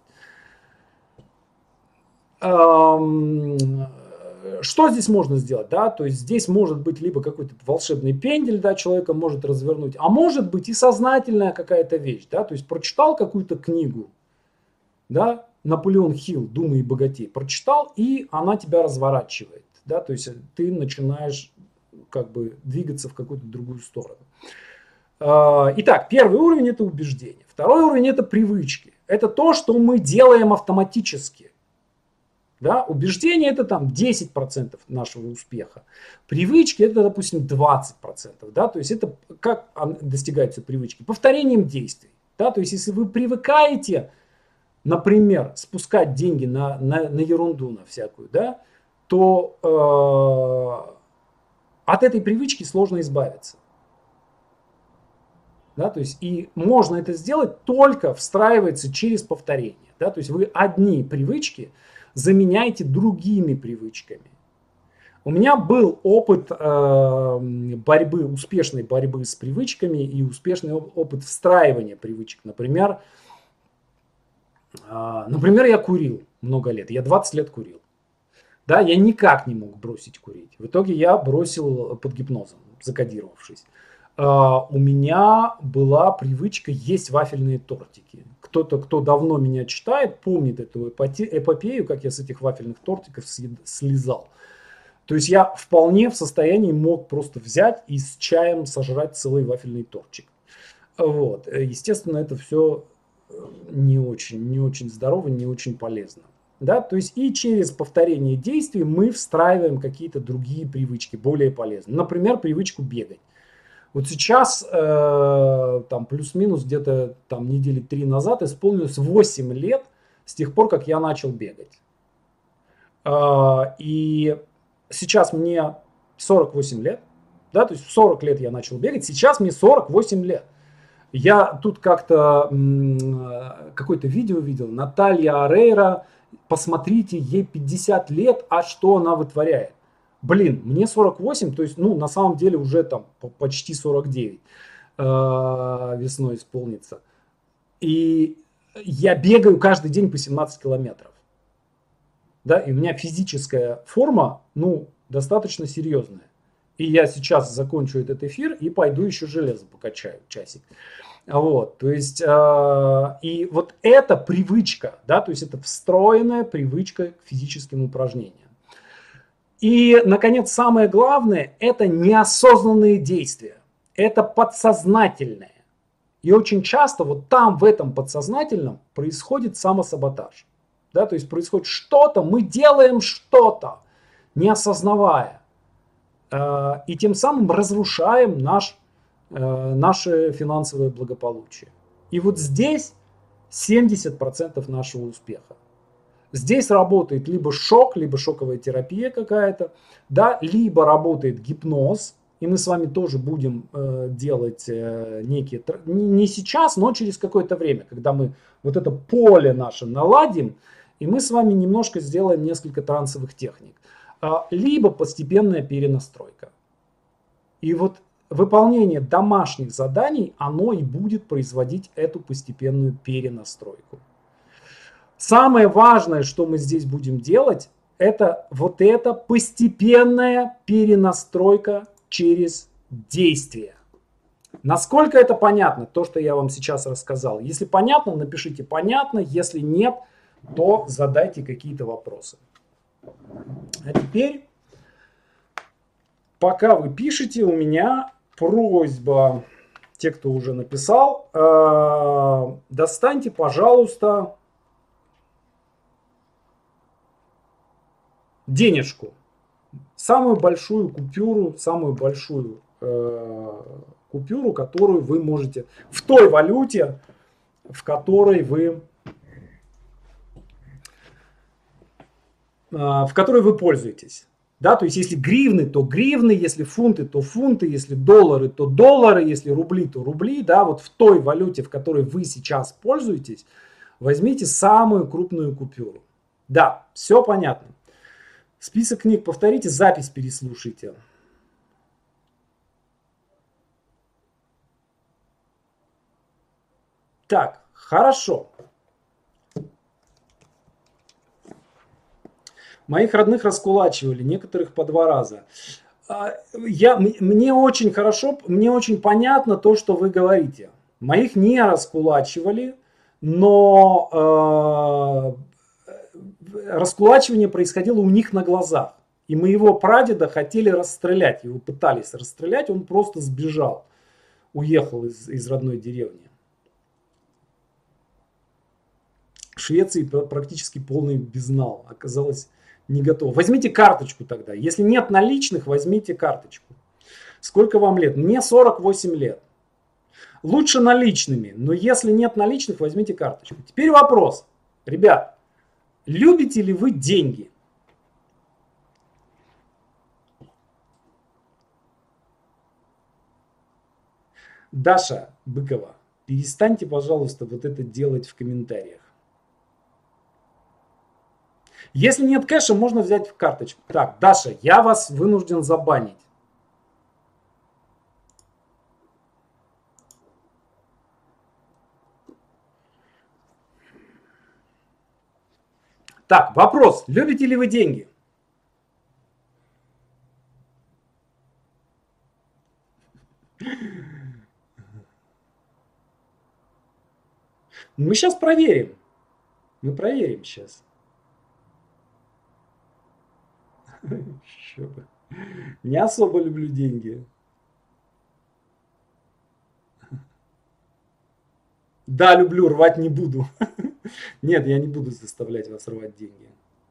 Что здесь можно сделать? Да? То есть здесь может быть либо какой-то волшебный пендель, да, человека может развернуть, а может быть и сознательная какая-то вещь. Да? То есть прочитал какую-то книгу, да, Наполеон Хилл «Думай и богатей», прочитал, и она тебя разворачивает. Да? То есть ты начинаешь как бы двигаться в какую-то другую сторону. Итак, первый уровень – это убеждение. Второй уровень – это привычки. Это то, что мы делаем автоматически. Да? Убеждение – это там десять процентов нашего успеха. Привычки – это, допустим, двадцать процентов. Да? То есть это как достигаются привычки? Повторением действий. Да? То есть если вы привыкаете, например, спускать деньги на, на, на ерунду, на всякую, да, то э, от этой привычки сложно избавиться. Да, то есть и можно это сделать только встраивается через повторение. Да, то есть вы одни привычки заменяете другими привычками. У меня был опыт э, борьбы, успешной борьбы с привычками и успешный опыт встраивания привычек. Например, э, например, я курил много лет, я двадцать лет курил. Да, я никак не мог бросить курить. В итоге я бросил под гипнозом, закодировавшись. Uh, у меня была привычка есть вафельные тортики. Кто-то, кто давно меня читает, помнит эту эпопею, как я с этих вафельных тортиков слезал. То есть я вполне в состоянии мог просто взять и с чаем сожрать целый вафельный тортик. Вот. Естественно, это все не очень, не очень здорово, не очень полезно. Да? То есть и через повторение действий мы встраиваем какие-то другие привычки, более полезные. Например, привычку бегать. Вот сейчас, э, там плюс-минус где-то там недели три назад исполнилось восемь лет с тех пор, как я начал бегать. И сейчас мне сорок восемь лет, да, то есть в сорок лет я начал бегать, сейчас мне сорок восемь лет. Я тут как-то какое-то видео видел, Наталья Орейро, посмотрите, ей пятьдесят лет, а что она вытворяет? Блин, мне сорок восемь, то есть, ну, на самом деле уже там почти сорок девять э, весной исполнится. И я бегаю каждый день по семнадцать километров. Да, и у меня физическая форма, ну, достаточно серьезная. И я сейчас закончу этот эфир и пойду еще железо покачаю часик. Вот, то есть, э, и вот эта привычка, да, то есть это встроенная привычка к физическим упражнениям. И, наконец, самое главное, это неосознанные действия, это подсознательное. И очень часто вот там, в этом подсознательном, происходит самосаботаж. Да, то есть происходит что-то, мы делаем что-то, не осознавая. Э, и тем самым разрушаем наш наше финансовое благополучие. И вот здесь семьдесят процентов нашего успеха. Здесь работает либо шок, либо шоковая терапия какая-то, да, либо работает гипноз, и мы с вами тоже будем э, делать э, некие, не сейчас, но через какое-то время, когда мы вот это поле наше наладим, и мы с вами немножко сделаем несколько трансовых техник. А, либо постепенная перенастройка. И вот выполнение домашних заданий, оно и будет производить эту постепенную перенастройку. Самое важное, что мы здесь будем делать, это вот эта постепенная перенастройка через действие. Насколько это понятно, то, что я вам сейчас рассказал? Если понятно, напишите понятно, если нет, то задайте какие-то вопросы. А теперь, пока вы пишете, у меня просьба, те, кто уже написал, э, достаньте, пожалуйста, денежку. Самую большую купюру, самую большую э, купюру, которую вы можете, в той валюте, в которой вы, э, в которой вы пользуетесь. Да, то есть если гривны, то гривны, если фунты, то фунты, если доллары, то доллары, если рубли, то рубли. Да, вот в той валюте, в которой вы сейчас пользуетесь, возьмите самую крупную купюру. Да, все понятно. Список книг повторите, запись переслушайте. Так, хорошо. Моих родных раскулачивали, некоторых по два раза. Я, мне очень хорошо, мне очень понятно то, что вы говорите. Моих не раскулачивали, но э, раскулачивание происходило у них на глазах. И моего прадеда хотели расстрелять, его пытались расстрелять, он просто сбежал, уехал из, из родной деревни. В Швеции практически полный безнал, оказалось не готов. Возьмите карточку тогда. Если нет наличных, возьмите карточку. Сколько вам лет? Мне сорок восемь лет. Лучше наличными, но если нет наличных, возьмите карточку. Теперь вопрос. Ребят, любите ли вы деньги? Даша Быкова, перестаньте, пожалуйста, вот это делать в комментариях. Если нет кэша, можно взять в карточку. Так, Даша, я вас вынужден забанить. Так, вопрос. Любите ли вы деньги? Мы сейчас проверим. Мы проверим сейчас. Не особо люблю деньги. Да, люблю, рвать не буду. Нет, я не буду заставлять вас рвать деньги.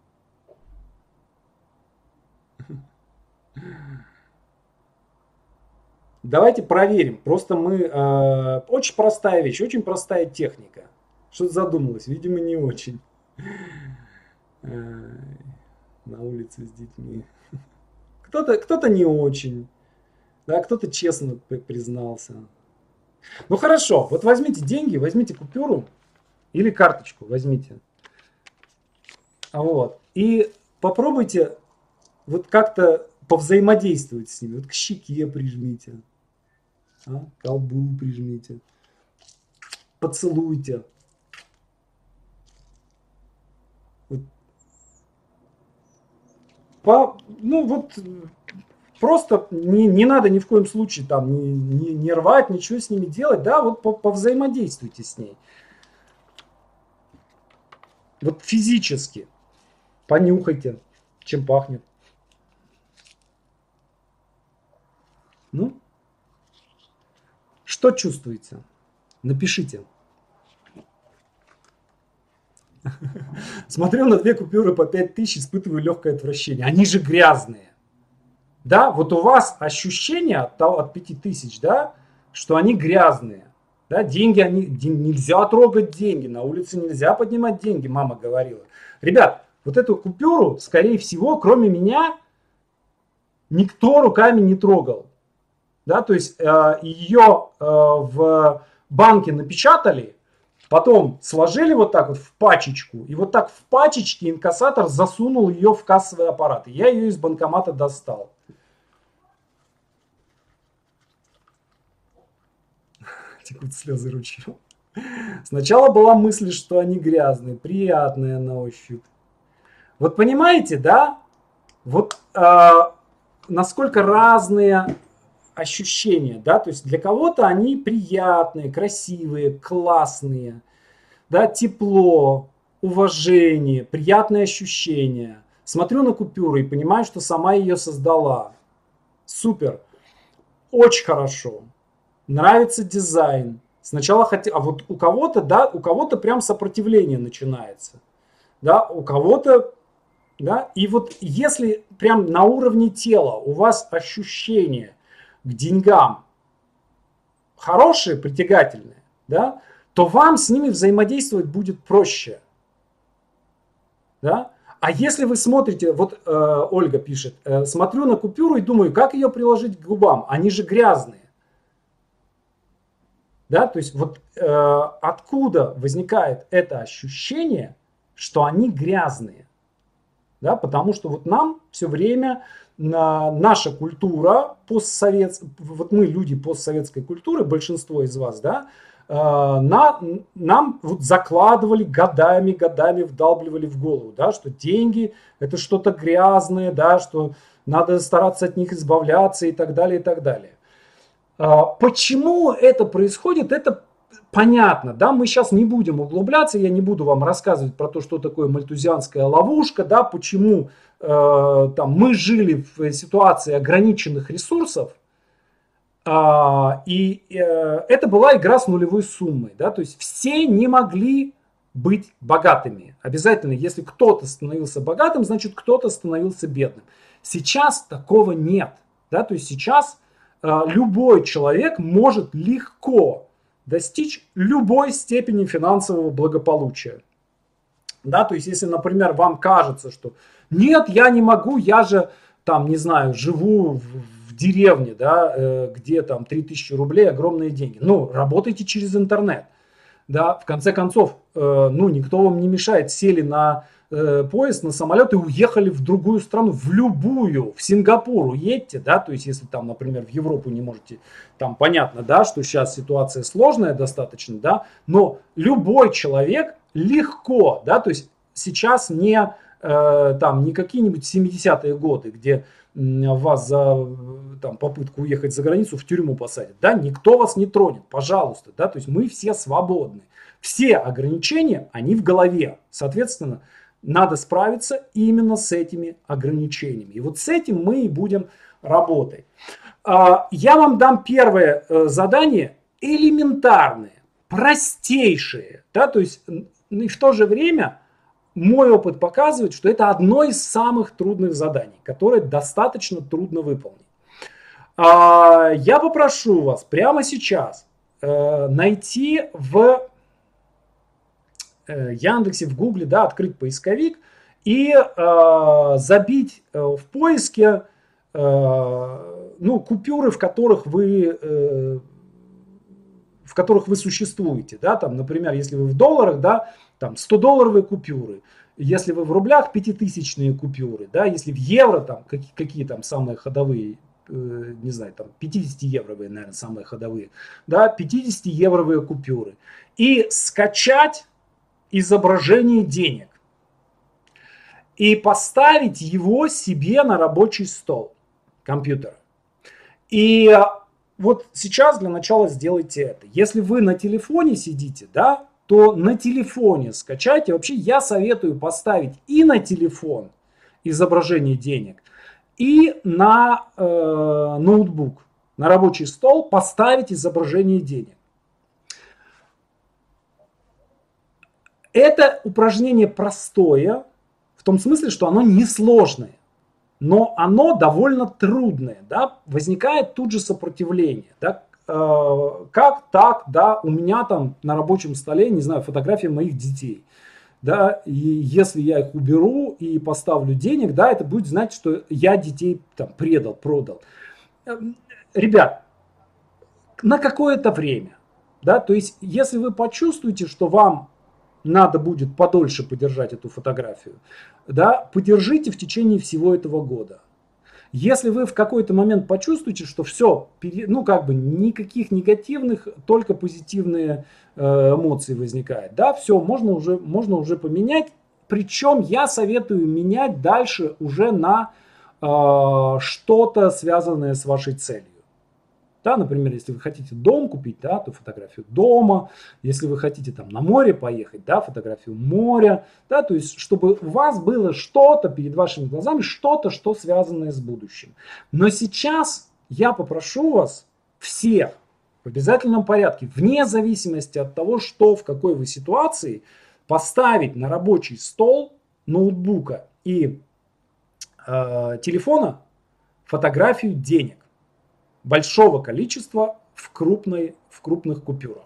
Давайте проверим. Просто мы... Э, очень простая вещь, очень простая техника. Что-то задумалось, видимо, не очень. На улице с детьми. Кто-то кто-то не очень, да, кто-то честно признался. Ну хорошо, вот возьмите деньги, возьмите купюру или карточку, возьмите. Вот. И попробуйте вот как-то повзаимодействовать с ними. Вот к щеке прижмите, а, к колбу прижмите, поцелуйте. Вот. По, ну вот просто не, не надо ни в коем случае там не, не, не рвать, ничего с ними делать, да, вот повзаимодействуйте с ней. Вот физически. Понюхайте, чем пахнет. Ну, что чувствуете? Напишите. Смотрю на две купюры по пять тысяч, испытываю легкое отвращение. Они же грязные. Да, вот у вас ощущение от, от пяти тысяч, да, что они грязные. Да, деньги, они, нельзя трогать деньги, на улице нельзя поднимать деньги, мама говорила. Ребят, вот эту купюру, скорее всего, кроме меня, никто руками не трогал. Да, то есть э, ее э, в банке напечатали, потом сложили вот так вот в пачечку, и вот так в пачечке инкассатор засунул ее в кассовый аппарат. И я ее из банкомата достал. Текут слезы ручьем. Сначала была мысль, что они грязные, приятные на ощупь. Вот понимаете, да? Вот э, насколько разные ощущения, да? То есть для кого-то они приятные, красивые, классные, да? Тепло, уважение, приятные ощущения. Смотрю на купюру и понимаю, что сама ее создала. Супер, очень хорошо. Нравится дизайн. Сначала хотел, а вот у кого-то, да, у кого-то прям сопротивление начинается, да, у кого-то, да, и вот если прям на уровне тела у вас ощущение к деньгам хорошие, притягательные, да, то вам с ними взаимодействовать будет проще, да. А если вы смотрите, вот э, Ольга пишет, э, смотрю на купюру и думаю, как ее приложить к губам, они же грязные. Да, то есть вот э, откуда возникает это ощущение, что они грязные, да, потому что вот нам все время на, наша культура постсовет, вот мы люди постсоветской культуры, большинство из вас, да, э, на, нам вот закладывали годами, годами вдалбливали в голову, да, что деньги это что-то грязное, да, что надо стараться от них избавляться и так далее, и так далее. Почему это происходит, это понятно, да, мы сейчас не будем углубляться, я не буду вам рассказывать про то, что такое мальтузианская ловушка, да, почему э, там, мы жили в ситуации ограниченных ресурсов, э, и э, это была игра с нулевой суммой, да, то есть все не могли быть богатыми. Обязательно, если кто-то становился богатым, значит кто-то становился бедным. Сейчас такого нет, да, то есть сейчас любой человек может легко достичь любой степени финансового благополучия. Да, то есть, если, например, вам кажется, что нет, я не могу, я же там, не знаю, живу в, в деревне, да, где там три тысячи рублей, огромные деньги. Ну, работайте через интернет. Да, в конце концов, ну, никто вам не мешает, сели на поезд, на самолет и уехали в другую страну, в любую, в Сингапур уедьте, да, то есть если там, например, в Европу не можете, там понятно, да, что сейчас ситуация сложная достаточно, да, но любой человек легко, да, то есть сейчас не э, там не какие-нибудь семидесятые годы, где вас за там, попытку уехать за границу в тюрьму посадят, да, никто вас не тронет, пожалуйста, да, то есть мы все свободны, все ограничения, они в голове, соответственно, надо справиться именно с этими ограничениями. И вот с этим мы и будем работать. Я вам дам первое задание элементарное, простейшее. Да, то есть, и в то же время мой опыт показывает, что это одно из самых трудных заданий, которое достаточно трудно выполнить. Я попрошу вас прямо сейчас найти в э, Яндексе, в Гугле, да, открыть поисковик и э, забить э, в поиске э, ну, купюры, в которых вы э, в которых вы существуете, да, там, например, если вы в долларах, да, там сто-долларовые купюры, если вы в рублях, пятитысячные купюры, да, если в евро, там, какие, какие там самые ходовые, э, не знаю, там, пятидесятиевровые, наверное, самые ходовые, да, пятидесятиевровые купюры, и скачать изображение денег и поставить его себе на рабочий стол компьютера. И вот сейчас для начала сделайте это. Если вы на телефоне сидите, да, то на телефоне скачайте. Вообще я советую поставить и на телефон изображение денег, и на э, ноутбук, на рабочий стол поставить изображение денег. Это упражнение простое, в том смысле, что оно несложное. Но оно довольно трудное, да, возникает тут же сопротивление, да, э, как так, да, у меня там на рабочем столе, не знаю, фотографии моих детей, да, и если я их уберу и поставлю денег, да, это будет значить, что я детей там предал, продал. Ребят, на какое-то время, да, то есть если вы почувствуете, что вам надо будет подольше подержать эту фотографию, да, подержите в течение всего этого года. Если вы в какой-то момент почувствуете, что все, ну как бы никаких негативных, только позитивные э, эмоции возникают, да, все, можно уже, можно уже поменять. Причем я советую менять дальше уже на э, что-то связанное с вашей целью. Да, например, если вы хотите дом купить, да, то фотографию дома. Если вы хотите там на море поехать, да, фотографию моря. Да, то есть, чтобы у вас было что-то перед вашими глазами, что-то, что связанное с будущим. Но сейчас я попрошу вас всех в обязательном порядке, вне зависимости от того, что в какой вы ситуации, поставить на рабочий стол ноутбука и э, телефона фотографию денег. Большого количества в, крупной, в крупных купюрах.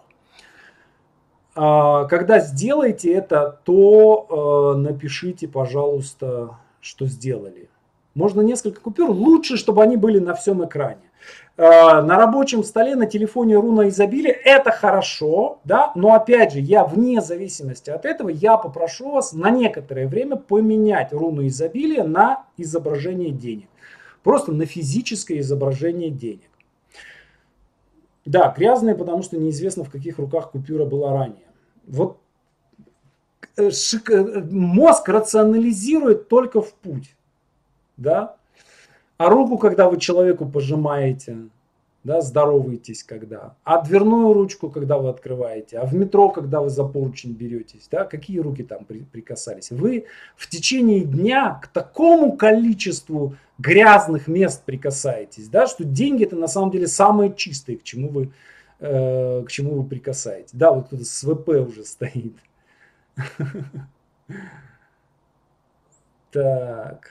Когда сделаете это, то напишите, пожалуйста, что сделали. Можно несколько купюр, лучше, чтобы они были на всем экране. На рабочем столе, на телефоне руна изобилия это хорошо, да, но опять же, я вне зависимости от этого, я попрошу вас на некоторое время поменять руну изобилия на изображение денег. Просто на физическое изображение денег. Да, грязные, потому что неизвестно, в каких руках купюра была ранее. Вот мозг рационализирует только в путь. Да? А руку, когда вы человеку пожимаете, да, здороваетесь когда. А дверную ручку, когда вы открываете. А в метро, когда вы за поручень беретесь. Да, какие руки там прикасались. Вы в течение дня к такому количеству грязных мест прикасаетесь, да, что деньги это на самом деле самые чистые, к чему вы, э, к чему вы прикасаетесь. Да, вот кто-то с ВП уже стоит. Так.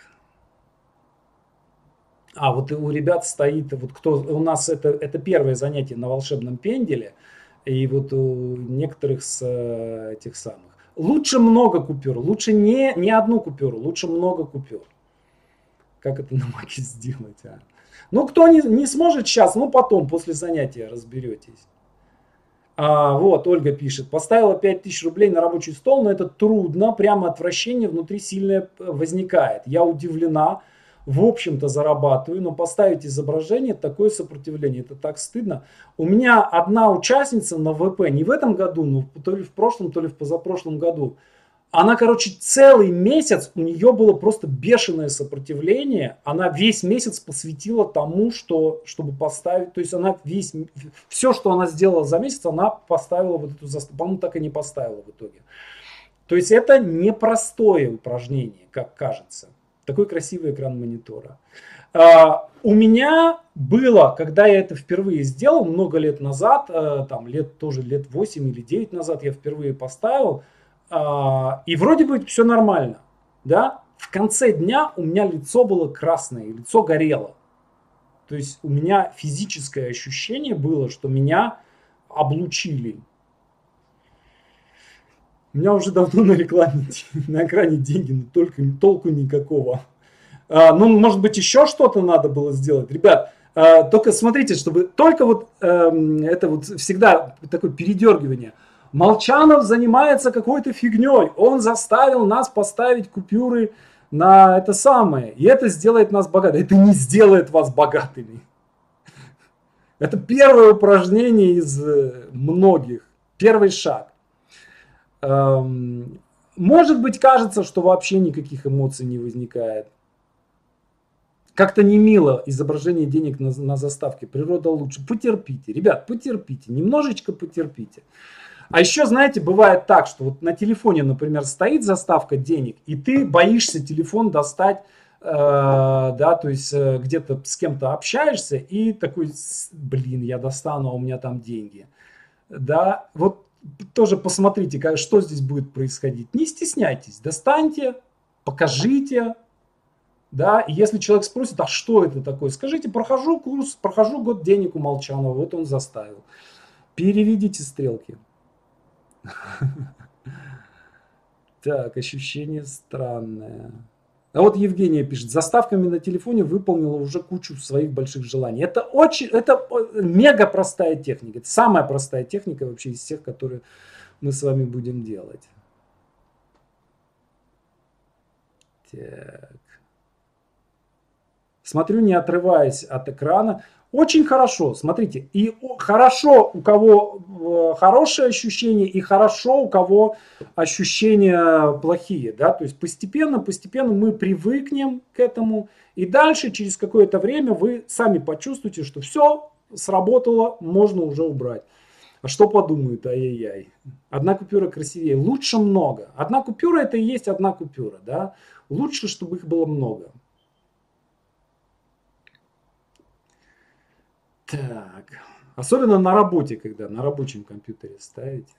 А, вот у ребят стоит, вот кто, у нас это, это первое занятие на волшебном пенделе, и вот у некоторых с этих самых. Лучше много купюр, лучше не, не одну купюру, лучше много купюр. Как это на маке сделать, а? Ну, кто не, не сможет сейчас, ну, потом, после занятия разберетесь. А, вот, Ольга пишет, поставила пять тысяч рублей на рабочий стол, но это трудно, прямо отвращение внутри сильное возникает. Я удивлена. В общем-то зарабатываю, но поставить изображение, такое сопротивление, это так стыдно. У меня одна участница на ВП, не в этом году, но то ли в прошлом, то ли в позапрошлом году, она, короче, целый месяц, у нее было просто бешеное сопротивление, она весь месяц посвятила тому, что, чтобы поставить, то есть она весь, все, что она сделала за месяц, она поставила вот эту заставку, по-моему, так и не поставила в итоге. То есть это непростое упражнение, как кажется. Такой красивый экран монитора. Uh, у меня было, когда я это впервые сделал, много лет назад, uh, там лет тоже лет восемь или девять назад я впервые поставил, uh, и вроде бы все нормально, да? В конце дня у меня лицо было красное, лицо горело. То есть у меня физическое ощущение было, что меня облучили. У меня уже давно на рекламе, на экране деньги, но только толку никакого. А, ну, может быть, еще что-то надо было сделать. Ребят, а, только смотрите, чтобы только вот а, это вот всегда такое передергивание. Молчанов занимается какой-то фигней. Он заставил нас поставить купюры на это самое. И это сделает нас богатыми. Это не сделает вас богатыми. Это первое упражнение из многих. Первый шаг. Может быть, кажется, что вообще никаких эмоций не возникает. Как-то не мило изображение денег на, на заставке. Природа лучше. Потерпите, ребят, потерпите. Немножечко потерпите. А еще, знаете, бывает так, что вот на телефоне, например, стоит заставка денег, и ты боишься телефон достать, э, да, то есть э, где-то с кем-то общаешься, и такой, блин, я достану, а у меня там деньги. Да, вот тоже посмотрите, как, что здесь будет происходить. Не стесняйтесь, достаньте, покажите. Да, и если человек спросит, а что это такое, скажите, прохожу курс, прохожу год денег у Молчанова, вот он заставил. Переведите стрелки. Так, ощущение странное. А вот Евгения пишет, заставками на телефоне выполнила уже кучу своих больших желаний. Это очень, это мега простая техника. Это самая простая техника вообще из всех, которые мы с вами будем делать. Так. Смотрю, не отрываясь от экрана. Очень хорошо, смотрите, и хорошо, у кого хорошие ощущения, и хорошо, у кого ощущения плохие, да, то есть постепенно, постепенно мы привыкнем к этому, и дальше, через какое-то время, вы сами почувствуете, что все сработало, можно уже убрать. А что подумают, ай-яй-яй, одна купюра красивее, лучше много, одна купюра это и есть одна купюра, да, лучше, чтобы их было много. Так, особенно на работе, когда на рабочем компьютере ставите.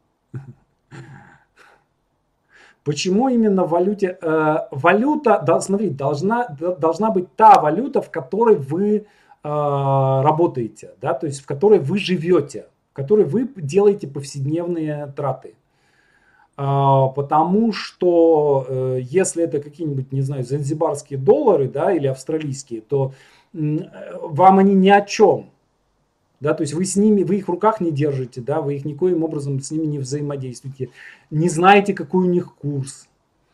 Почему именно в валюте? Э, валюта, да, смотри, должна, должна быть та валюта, в которой вы э, работаете, да, то есть в которой вы живете, в которой вы делаете повседневные траты. Э, потому что э, если это какие-нибудь, не знаю, занзибарские доллары, да, или австралийские, то вам они ни о чем, да, то есть вы с ними, вы их в руках не держите, да, вы их никоим образом с ними не взаимодействуете, не знаете, какой у них курс,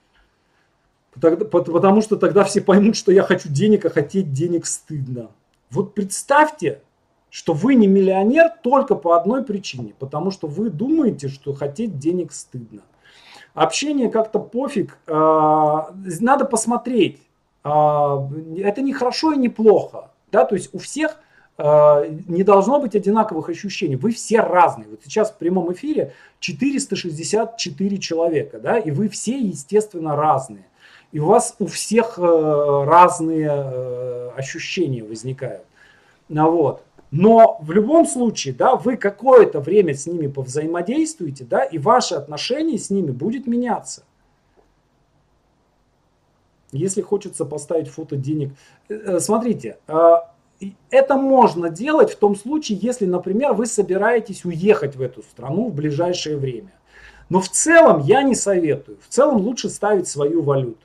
потому что тогда все поймут, что я хочу денег, а хотеть денег стыдно. Вот представьте, что вы не миллионер только по одной причине, потому что вы думаете, что хотеть денег стыдно. Общение как-то пофиг, надо посмотреть. Это не хорошо и не плохо, да, то есть у всех э, не должно быть одинаковых ощущений, вы все разные. Вот сейчас в прямом эфире четыреста шестьдесят четыре человека, да, и вы все, естественно, разные. И у вас у всех э, разные э, ощущения возникают. Ну, вот. Но в любом случае, да, вы какое-то время с ними повзаимодействуете, да, и ваше отношение с ними будет меняться. Если хочется поставить фото денег, смотрите, это можно делать в том случае, если, например, вы собираетесь уехать в эту страну в ближайшее время. Но в целом я не советую. В целом лучше ставить свою валюту.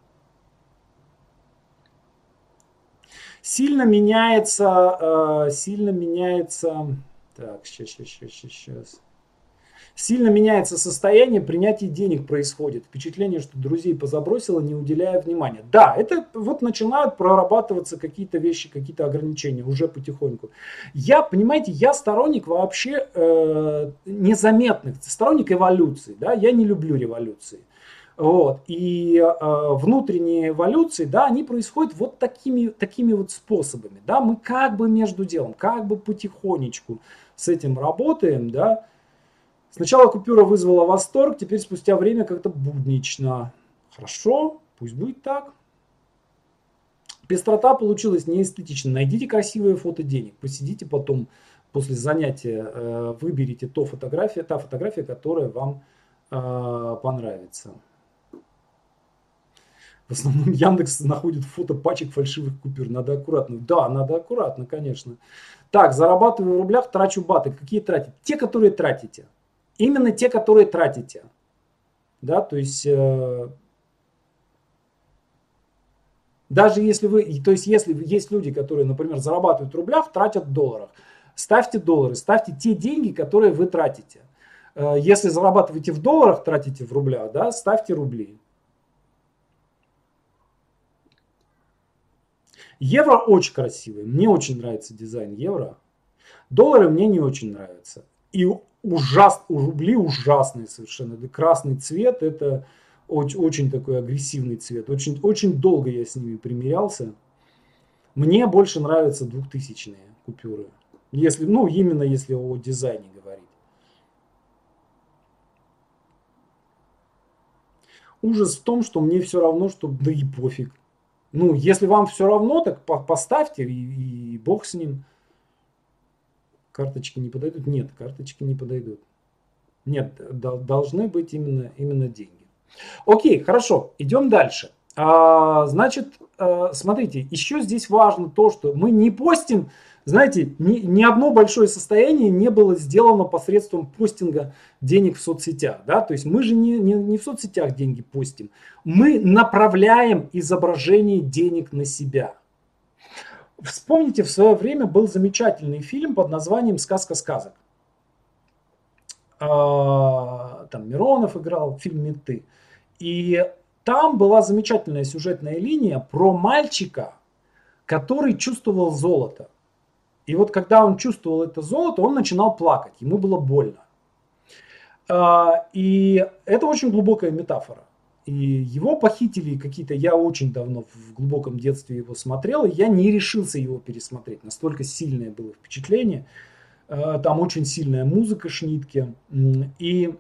Сильно меняется, сильно меняется, так, сейчас, сейчас, сейчас, сейчас. Сильно меняется состояние, принятие денег происходит. Впечатление, что друзей позабросило, не уделяя внимания. Да, это вот начинают прорабатываться какие-то вещи, какие-то ограничения уже потихоньку. Я, понимаете, я сторонник вообще э, незаметных, сторонник эволюции. Да? Я не люблю революции. Вот. И э, внутренние эволюции, да, они происходят вот такими, такими вот способами. Да? Мы как бы между делом, как бы потихонечку с этим работаем, да. Сначала купюра вызвала восторг, теперь спустя время как-то буднично. Хорошо, пусть будет так. Пестрота получилась неэстетично. Найдите красивые фото денег. Посидите потом после занятия, выберите ту фотографию, та фотография, которая вам понравится. В основном Яндекс находит фото пачек фальшивых купюр. Надо аккуратно. Да, надо аккуратно, конечно. Так, зарабатываю в рублях, трачу баты. Какие тратите? Те, которые тратите. Именно те, которые тратите. Да, то есть э, даже если вы, то есть если есть люди, которые, например, зарабатывают в рублях, тратят в долларах, ставьте доллары, ставьте те деньги, которые вы тратите. Э, если зарабатываете в долларах, тратите в рублях, да, ставьте рубли. Евро очень красивый, мне очень нравится дизайн евро. Доллары мне не очень нравятся. И ужас, у рубли ужасные совершенно. Красный цвет, это очень, очень такой агрессивный цвет. Очень, очень долго я с ними примирялся. Мне больше нравятся двухтысячные купюры. Если, ну, именно если о дизайне говорить. Ужас в том, что мне все равно, что да и пофиг. Ну, если вам все равно, так поставьте и, и бог с ним. Карточки не подойдут? Нет, карточки не подойдут. Нет, должны быть именно, именно деньги. Окей, хорошо, идем дальше. А, значит, а, смотрите, еще здесь важно то, что мы не постим, знаете, ни, ни одно большое состояние не было сделано посредством постинга денег в соцсетях. Да? То есть мы же не, не, не в соцсетях деньги постим, мы направляем изображение денег на себя. Вспомните, в свое время был замечательный фильм под названием «Сказка сказок». Там Миронов играл в фильме «Менты». И там была замечательная сюжетная линия про мальчика, который чувствовал золото. И вот когда он чувствовал это золото, он начинал плакать, ему было больно. И это очень глубокая метафора. И его похитили какие-то, я очень давно в глубоком детстве его смотрел, и я не решился его пересмотреть. Настолько сильное было впечатление. Там очень сильная музыка Шнитке. И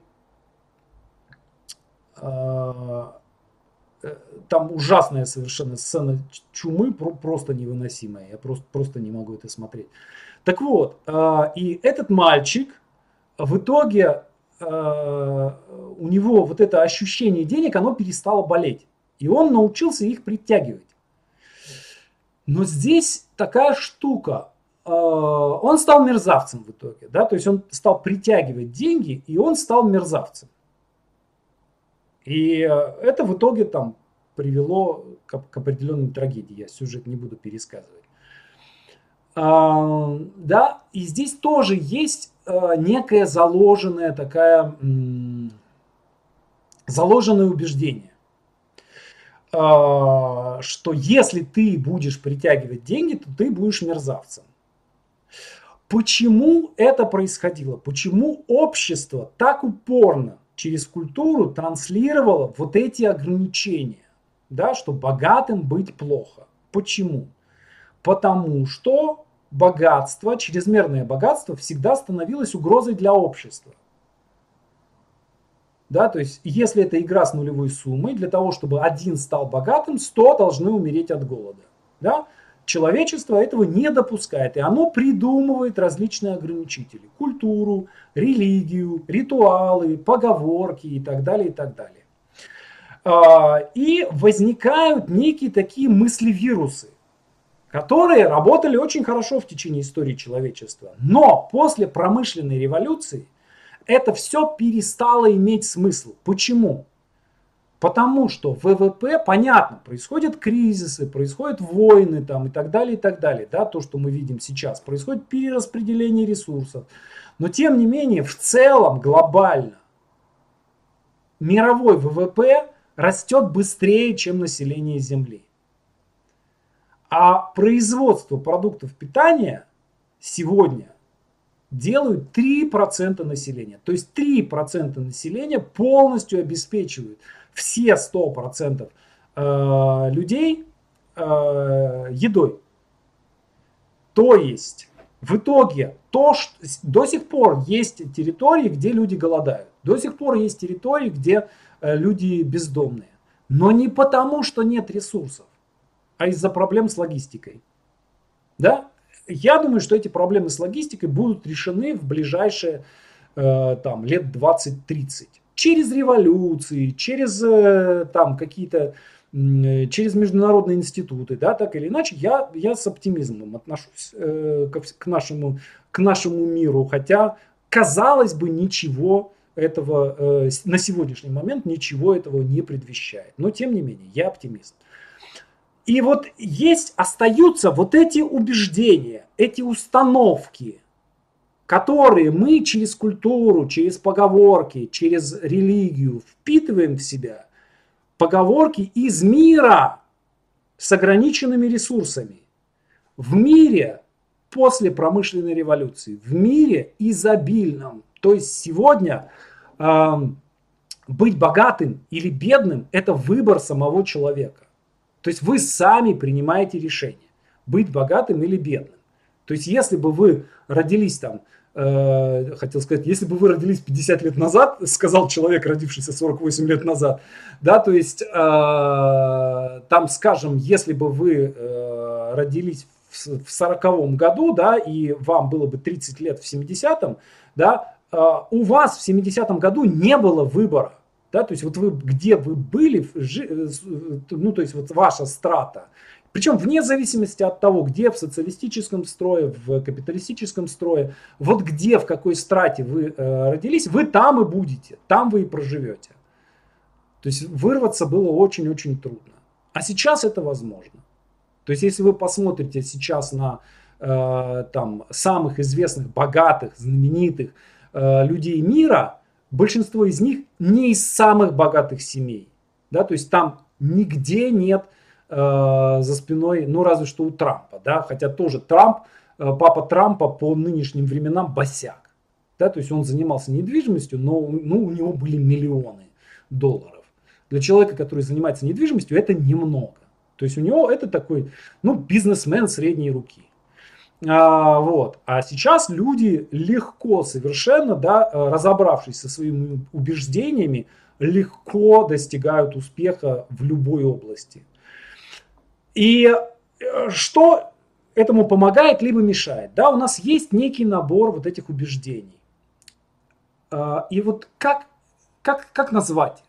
там ужасная совершенно сцена чумы, просто невыносимая. Я просто, просто не могу это смотреть. Так вот, и этот мальчик в итоге, у него вот это ощущение денег, оно перестало болеть. И он научился их притягивать. Но здесь такая штука. Он стал мерзавцем в итоге. Да? То есть он стал притягивать деньги, и он стал мерзавцем. И это в итоге там привело к, к определенной трагедии. Я сюжет не буду пересказывать. А, да, и здесь тоже есть а, некое заложенное такая, м, заложенное убеждение, а, что если ты будешь притягивать деньги, то ты будешь мерзавцем. Почему это происходило? Почему общество так упорно через культуру транслировало вот эти ограничения, да, что богатым быть плохо? Почему? Потому что богатство, чрезмерное богатство всегда становилось угрозой для общества. Да, то есть, если это игра с нулевой суммой, для того, чтобы один стал богатым, сто должны умереть от голода. Да? Человечество этого не допускает, и оно придумывает различные ограничители. Культуру, религию, ритуалы, поговорки и так далее, и так далее. И возникают некие такие мыслевирусы, которые работали очень хорошо в течение истории человечества. Но после промышленной революции это все перестало иметь смысл. Почему? Потому что ВВП, понятно, происходят кризисы, происходят войны там, и так далее, и так далее. Да, то, что мы видим сейчас. Происходит перераспределение ресурсов. Но тем не менее, в целом, глобально, мировой ВВП растет быстрее, чем население Земли. А производство продуктов питания сегодня делают три процента населения. То есть три процента населения полностью обеспечивают все сто процентов э, людей э, едой. То есть в итоге то, что, до сих пор есть территории, где люди голодают. До сих пор есть территории, где э, люди бездомные. Но не потому, что нет ресурсов, а из-за проблем с логистикой. Да? Я думаю, что эти проблемы с логистикой будут решены в ближайшие э, там, лет двадцать-тридцать. Через революции, через э, там, какие-то, э, через международные институты, да, так или иначе, я, я с оптимизмом отношусь э, к, к, нашему, к нашему миру. Хотя, казалось бы, ничего этого э, на сегодняшний момент ничего этого не предвещает. Но тем не менее, я оптимист. И вот есть, остаются вот эти убеждения, эти установки, которые мы через культуру, через поговорки, через религию впитываем в себя. Поговорки из мира с ограниченными ресурсами. В мире после промышленной революции, в мире изобильном. То есть сегодня э, быть богатым или бедным – это выбор самого человека. То есть вы сами принимаете решение, быть богатым или бедным. То есть если бы вы родились там, э, хотел сказать, если бы вы родились пятьдесят лет назад, сказал человек, родившийся сорок восемь лет назад, да, то есть э, там, скажем, если бы вы э, родились в сороковом году, да, и вам было бы тридцать лет в семидесятом, да, э, у вас в семидесятом году не было выбора. Да, то есть вот вы, где вы были, ну то есть вот ваша страта, причем вне зависимости от того, где в социалистическом строе, в капиталистическом строе, вот где, в какой страте вы э, родились, вы там и будете, там вы и проживете. То есть вырваться было очень-очень трудно. А сейчас это возможно. То есть если вы посмотрите сейчас на э, там, самых известных, богатых, знаменитых э, людей мира, большинство из них не из самых богатых семей. Да? То есть там нигде нет э, за спиной, ну разве что у Трампа. Да? Хотя тоже Трамп, э, папа Трампа по нынешним временам босяк. Да? То есть он занимался недвижимостью, но ну, у него были миллионы долларов. Для человека, который занимается недвижимостью, это немного. То есть у него это такой ну, бизнесмен средней руки. А, вот. А сейчас люди легко совершенно, да, разобравшись со своими убеждениями, легко достигают успеха в любой области. И что этому помогает, либо мешает? Да, у нас есть некий набор вот этих убеждений. А, и вот как, как, как назвать их?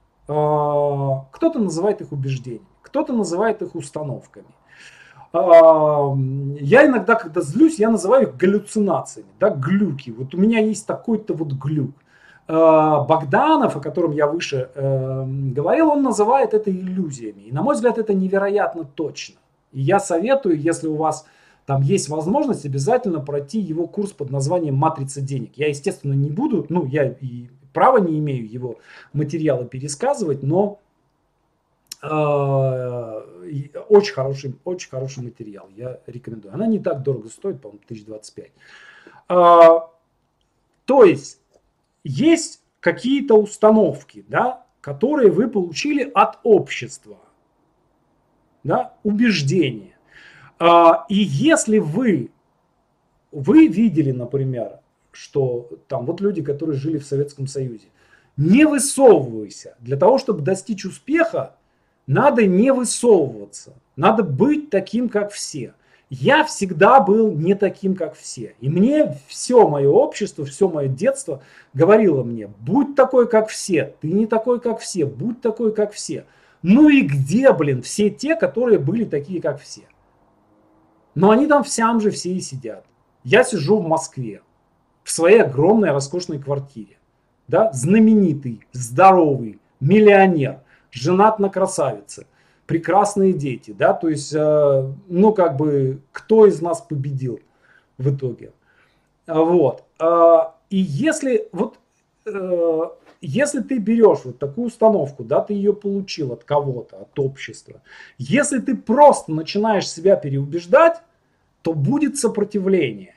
А, кто-то называет их убеждениями, кто-то называет их установками. Я иногда, когда злюсь, я называю их галлюцинациями, да, глюки. Вот у меня есть такой-то вот глюк. Богданов, о котором я выше э, говорил, он называет это иллюзиями. И на мой взгляд, это невероятно точно. И я советую, если у вас там есть возможность, обязательно пройти его курс под названием «Матрица денег». Я, естественно, не буду, ну, я и права не имею его материалы пересказывать, но очень хороший, очень хороший материал, я рекомендую. Она не так дорого стоит, по-моему, тысяча двадцать пять. То есть, есть какие-то установки, да, которые вы получили от общества, да, убеждения. И если вы, вы видели, например, что там вот люди, которые жили в Советском Союзе, не высовывайся. Для того, чтобы достичь успеха, надо не высовываться, надо быть таким, как все. Я всегда был не таким, как все. И мне все мое общество, все мое детство говорило мне: будь такой, как все, ты не такой, как все, будь такой, как все. Ну и где, блин, все те, которые были такие, как все? Но они там всям же все и сидят. Я сижу в Москве, в своей огромной роскошной квартире. Да? Знаменитый, здоровый, миллионер. Женат на красавице, прекрасные дети, да, то есть, э, ну, как бы, кто из нас победил в итоге, вот, э, и если, вот, э, если ты берешь вот такую установку, да, ты ее получил от кого-то, от общества, если ты просто начинаешь себя переубеждать, то будет сопротивление.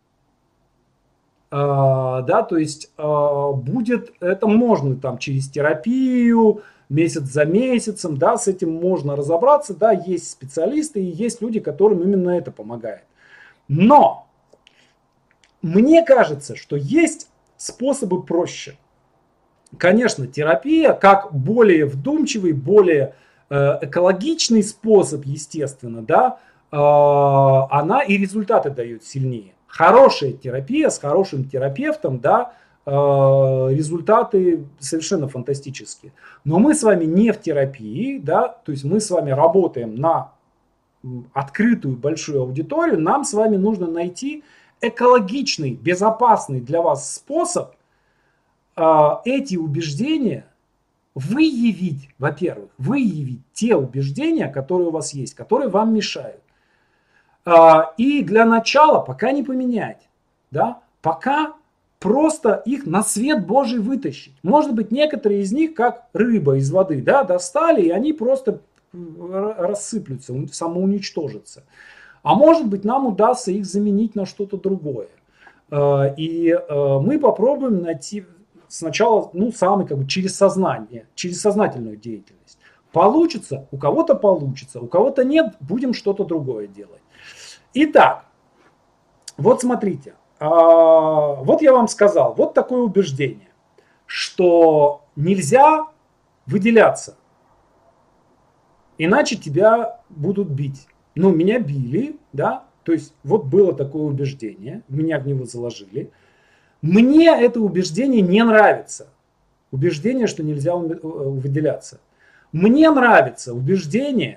Uh, да, то есть uh, будет, это можно там через терапию, месяц за месяцем, да, с этим можно разобраться, да, есть специалисты и есть люди, которым именно это помогает. Но мне кажется, что есть способы проще. Конечно, терапия, как более вдумчивый, более э, экологичный способ, естественно, да, э, она и результаты дает сильнее. Хорошая терапия с хорошим терапевтом, да, э, результаты совершенно фантастические. Но мы с вами не в терапии, да, то есть мы с вами работаем на открытую большую аудиторию. Нам с вами нужно найти экологичный, безопасный для вас способ а, эти убеждения выявить, во-первых, выявить те убеждения, которые у вас есть, которые вам мешают. А, и для начала пока не поменять, да, пока просто их на свет Божий вытащить. Может быть, некоторые из них, как рыба из воды, да, достали, и они просто рассыплются, самоуничтожатся. А может быть, нам удастся их заменить на что-то другое. И мы попробуем найти сначала, ну, самый, как бы, через сознание, через сознательную деятельность. Получится, у кого-то получится, у кого-то нет, будем что-то другое делать. Итак, вот смотрите. Вот я вам сказал, вот такое убеждение, что нельзя выделяться, иначе тебя будут бить. Ну, меня били, да, то есть вот было такое убеждение, меня в него заложили. Мне это убеждение не нравится, убеждение, что нельзя выделяться. Мне нравится убеждение,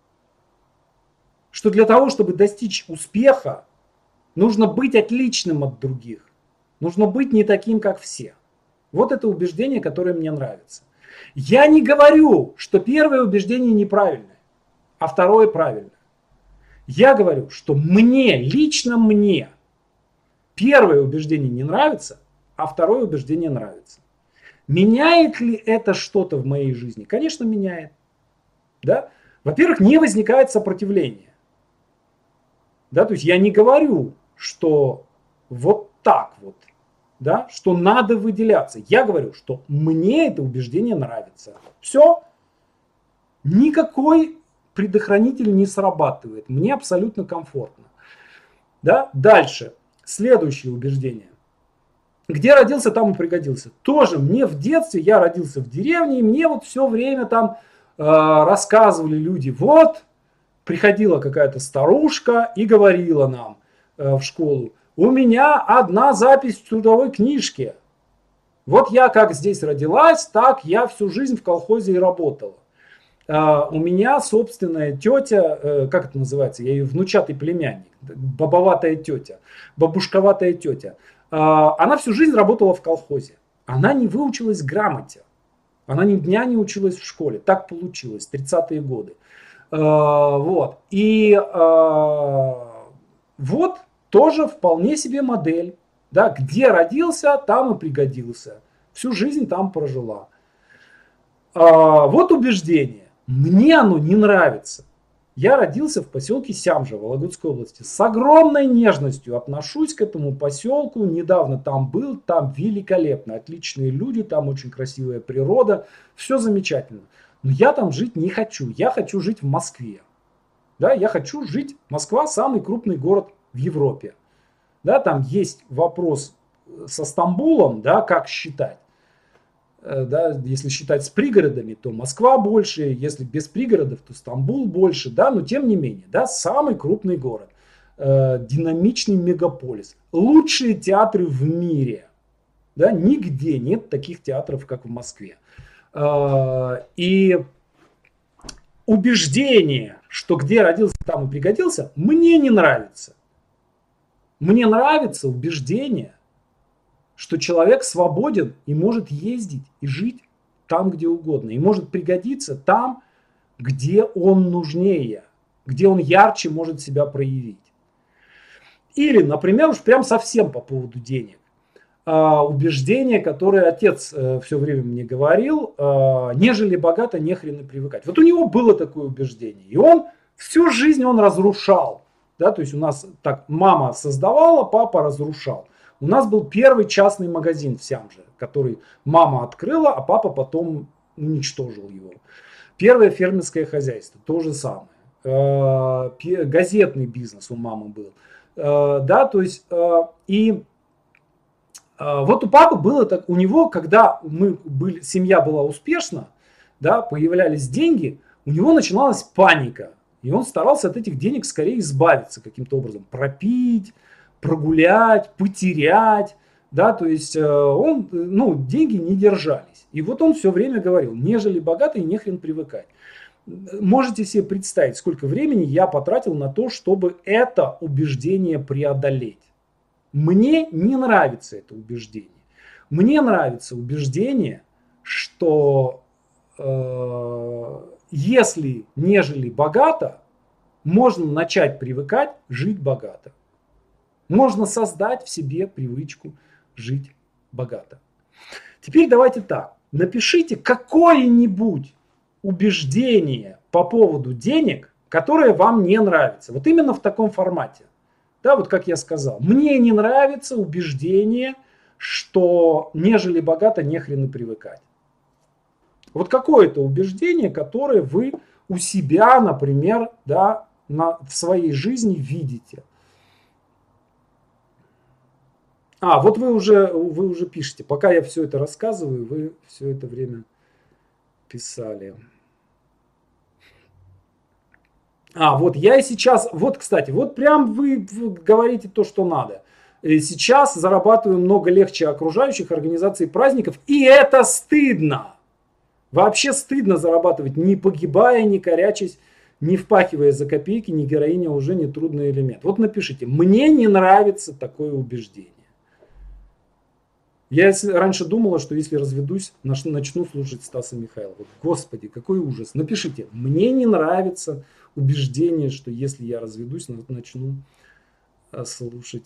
что для того, чтобы достичь успеха, нужно быть отличным от других. Нужно быть не таким, как все. Вот это убеждение, которое мне нравится. Я не говорю, что первое убеждение неправильное, а второе правильное. Я говорю, что мне, лично мне, первое убеждение не нравится, а второе убеждение нравится. Меняет ли это что-то в моей жизни? Конечно, меняет. Да? Во-первых, не возникает сопротивления. Да? То есть я не говорю, что вот так вот, да, что надо выделяться. Я говорю, что мне это убеждение нравится. Все. Никакой предохранитель не срабатывает. Мне абсолютно комфортно. Да? Дальше. Следующее убеждение. Где родился, там и пригодился. Тоже мне в детстве, я родился в деревне, и мне вот все время там э, рассказывали люди, вот, приходила какая-то старушка и говорила нам э, в школу, у меня одна запись в трудовой книжке. Вот я как здесь родилась, так я всю жизнь в колхозе и работала. Uh, у меня собственная тетя, uh, как это называется, я ее внучатый племянник, бабоватая тетя, бабушковатая тетя. Uh, она всю жизнь работала в колхозе. Она не выучилась грамоте. Она ни дня не училась в школе. Так получилось, тридцатые годы. Uh, вот. И uh, вот тоже вполне себе модель. Да, где родился, там и пригодился. Всю жизнь там прожила. Uh, вот убеждение. Мне оно не нравится. Я родился в поселке Сямжа Вологодской области. С огромной нежностью отношусь к этому поселку. Недавно там был, там великолепно. Отличные люди, там очень красивая природа. Все замечательно. Но я там жить не хочу. Я хочу жить в Москве. Да, я хочу жить... Москва самый крупный город в Европе. Да, там есть вопрос со Стамбулом, да, как считать. Да, если считать с пригородами, то Москва больше, если без пригородов, то Стамбул больше, да, но тем не менее, да, самый крупный город, э, динамичный мегаполис, лучшие театры в мире, да, нигде нет таких театров, как в Москве. Э, и убеждение, что где родился, там и пригодился, мне не нравится. Мне нравится убеждение, что человек свободен и может ездить и жить там, где угодно. И может пригодиться там, где он нужнее, где он ярче может себя проявить. Или, например, уж прям совсем по поводу денег. А, убеждение, которое отец э, все время мне говорил, э, нежели богато, не хрен и привыкать. Вот у него было такое убеждение. И он всю жизнь он разрушал. Да, то есть у нас так мама создавала, папа разрушал. У нас был первый частный магазин в Сямже, который мама открыла, а папа потом уничтожил его. Первое фермерское хозяйство, то же самое. Газетный бизнес у мамы был. Да, то есть, и вот у папы было так, у него, когда мы были, семья была успешна, да, появлялись деньги, у него начиналась паника. И он старался от этих денег скорее избавиться каким-то образом, пропить, прогулять, потерять, да, то есть он, ну, деньги не держались. И вот он все время говорил, нежели богатый, не хрен привыкать. Можете себе представить, сколько времени я потратил на то, чтобы это убеждение преодолеть. Мне не нравится это убеждение. Мне нравится убеждение, что э, если не жили богато, можно начать привыкать жить богато. Можно создать в себе привычку жить богато. Теперь давайте так. Напишите какое-нибудь убеждение по поводу денег, которое вам не нравится. Вот именно в таком формате. Да, вот как я сказал. Мне не нравится убеждение, что нежели богато, нехрен и привыкать. Вот какое-то убеждение, которое вы у себя, например, да, на, в своей жизни видите. А, вот вы уже, вы уже пишете. Пока я все это рассказываю, вы все это время писали. А, вот я и сейчас, вот, кстати, вот прям вы говорите то, что надо. Сейчас зарабатываю много легче окружающих организаций праздников, и это стыдно. Вообще стыдно зарабатывать, не погибая, не корячась, не впахивая за копейки, ни героиня уже не трудный элемент. Вот напишите, мне не нравится такое убеждение. Я раньше думала, что если разведусь, начну слушать Стаса Михайлова. Господи, какой ужас. Напишите, мне не нравится убеждение, что если я разведусь, начну слушать.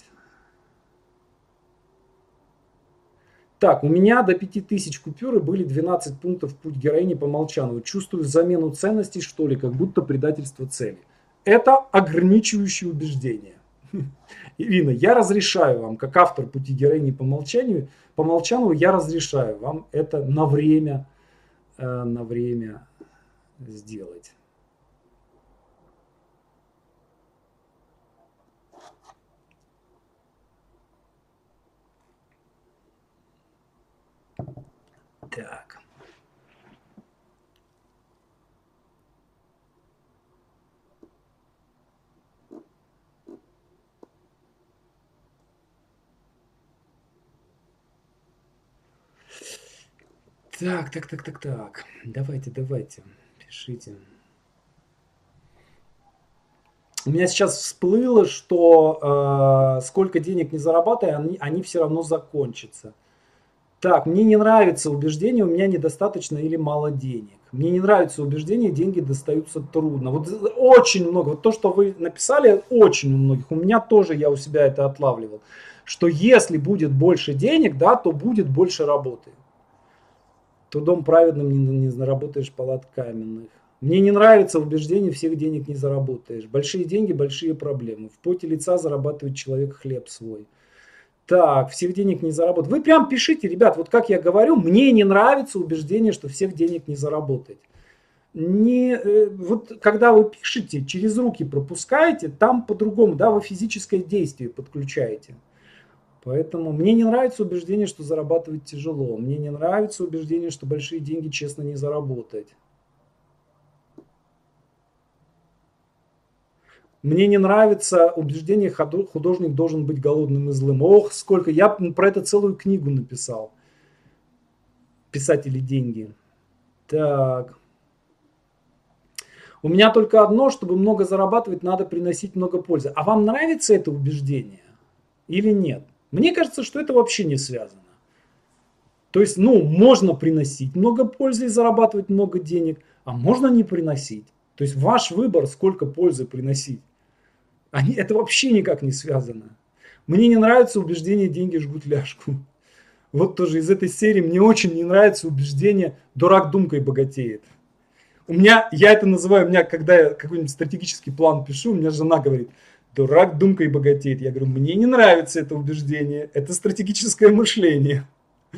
Так, у меня до пяти тысяч купюры были двенадцать пунктов «Путь героини» по Молчанову. Чувствую замену ценностей, что ли, как будто предательство цели. Это ограничивающее убеждение. Ирина, я разрешаю вам, как автор «Пути героини» по Молчанию, по Молчанову, я разрешаю вам это на время, э, на время сделать. Так. Так, так, так, так, так. Давайте, давайте. Пишите. У меня сейчас всплыло, что э, сколько денег не зарабатывая, они, они все равно закончатся. Так, мне не нравится убеждение, у меня недостаточно или мало денег. Мне не нравится убеждение, деньги достаются трудно. Вот очень много, вот то, что вы написали, очень у многих. У меня тоже, я у себя это отлавливал. Что если будет больше денег, да, то будет больше работы. Трудом праведным не, не заработаешь палат каменных. Мне не нравится убеждение, всех денег не заработаешь. Большие деньги, большие проблемы. В поте лица зарабатывает человек хлеб свой. Так, всех денег не заработать. Вы прям пишите, ребят, вот как я говорю, мне не нравится убеждение, что всех денег не заработать. Не, вот когда вы пишете, через руки пропускаете, там по-другому, да, вы физическое действие подключаете. Поэтому мне не нравится убеждение, что зарабатывать тяжело. Мне не нравится убеждение, что большие деньги честно не заработать. Мне не нравится убеждение, художник должен быть голодным и злым. Ох, сколько. Я про это целую книгу написал. Писатели деньги. Так. У меня только одно, чтобы много зарабатывать, надо приносить много пользы. А вам нравится это убеждение или нет? Мне кажется, что это вообще не связано. То есть, ну, можно приносить много пользы и зарабатывать много денег, а можно не приносить. То есть ваш выбор, сколько пользы приносить. Они, это вообще никак не связано. Мне не нравится убеждение «деньги жгут ляжку». Вот тоже из этой серии мне очень не нравится убеждение «дурак думкой богатеет». У меня, я это называю, у меня, когда я какой-нибудь стратегический план пишу, у меня жена говорит: дурак думкой богатеет. Я говорю, мне не нравится это убеждение, это стратегическое мышление.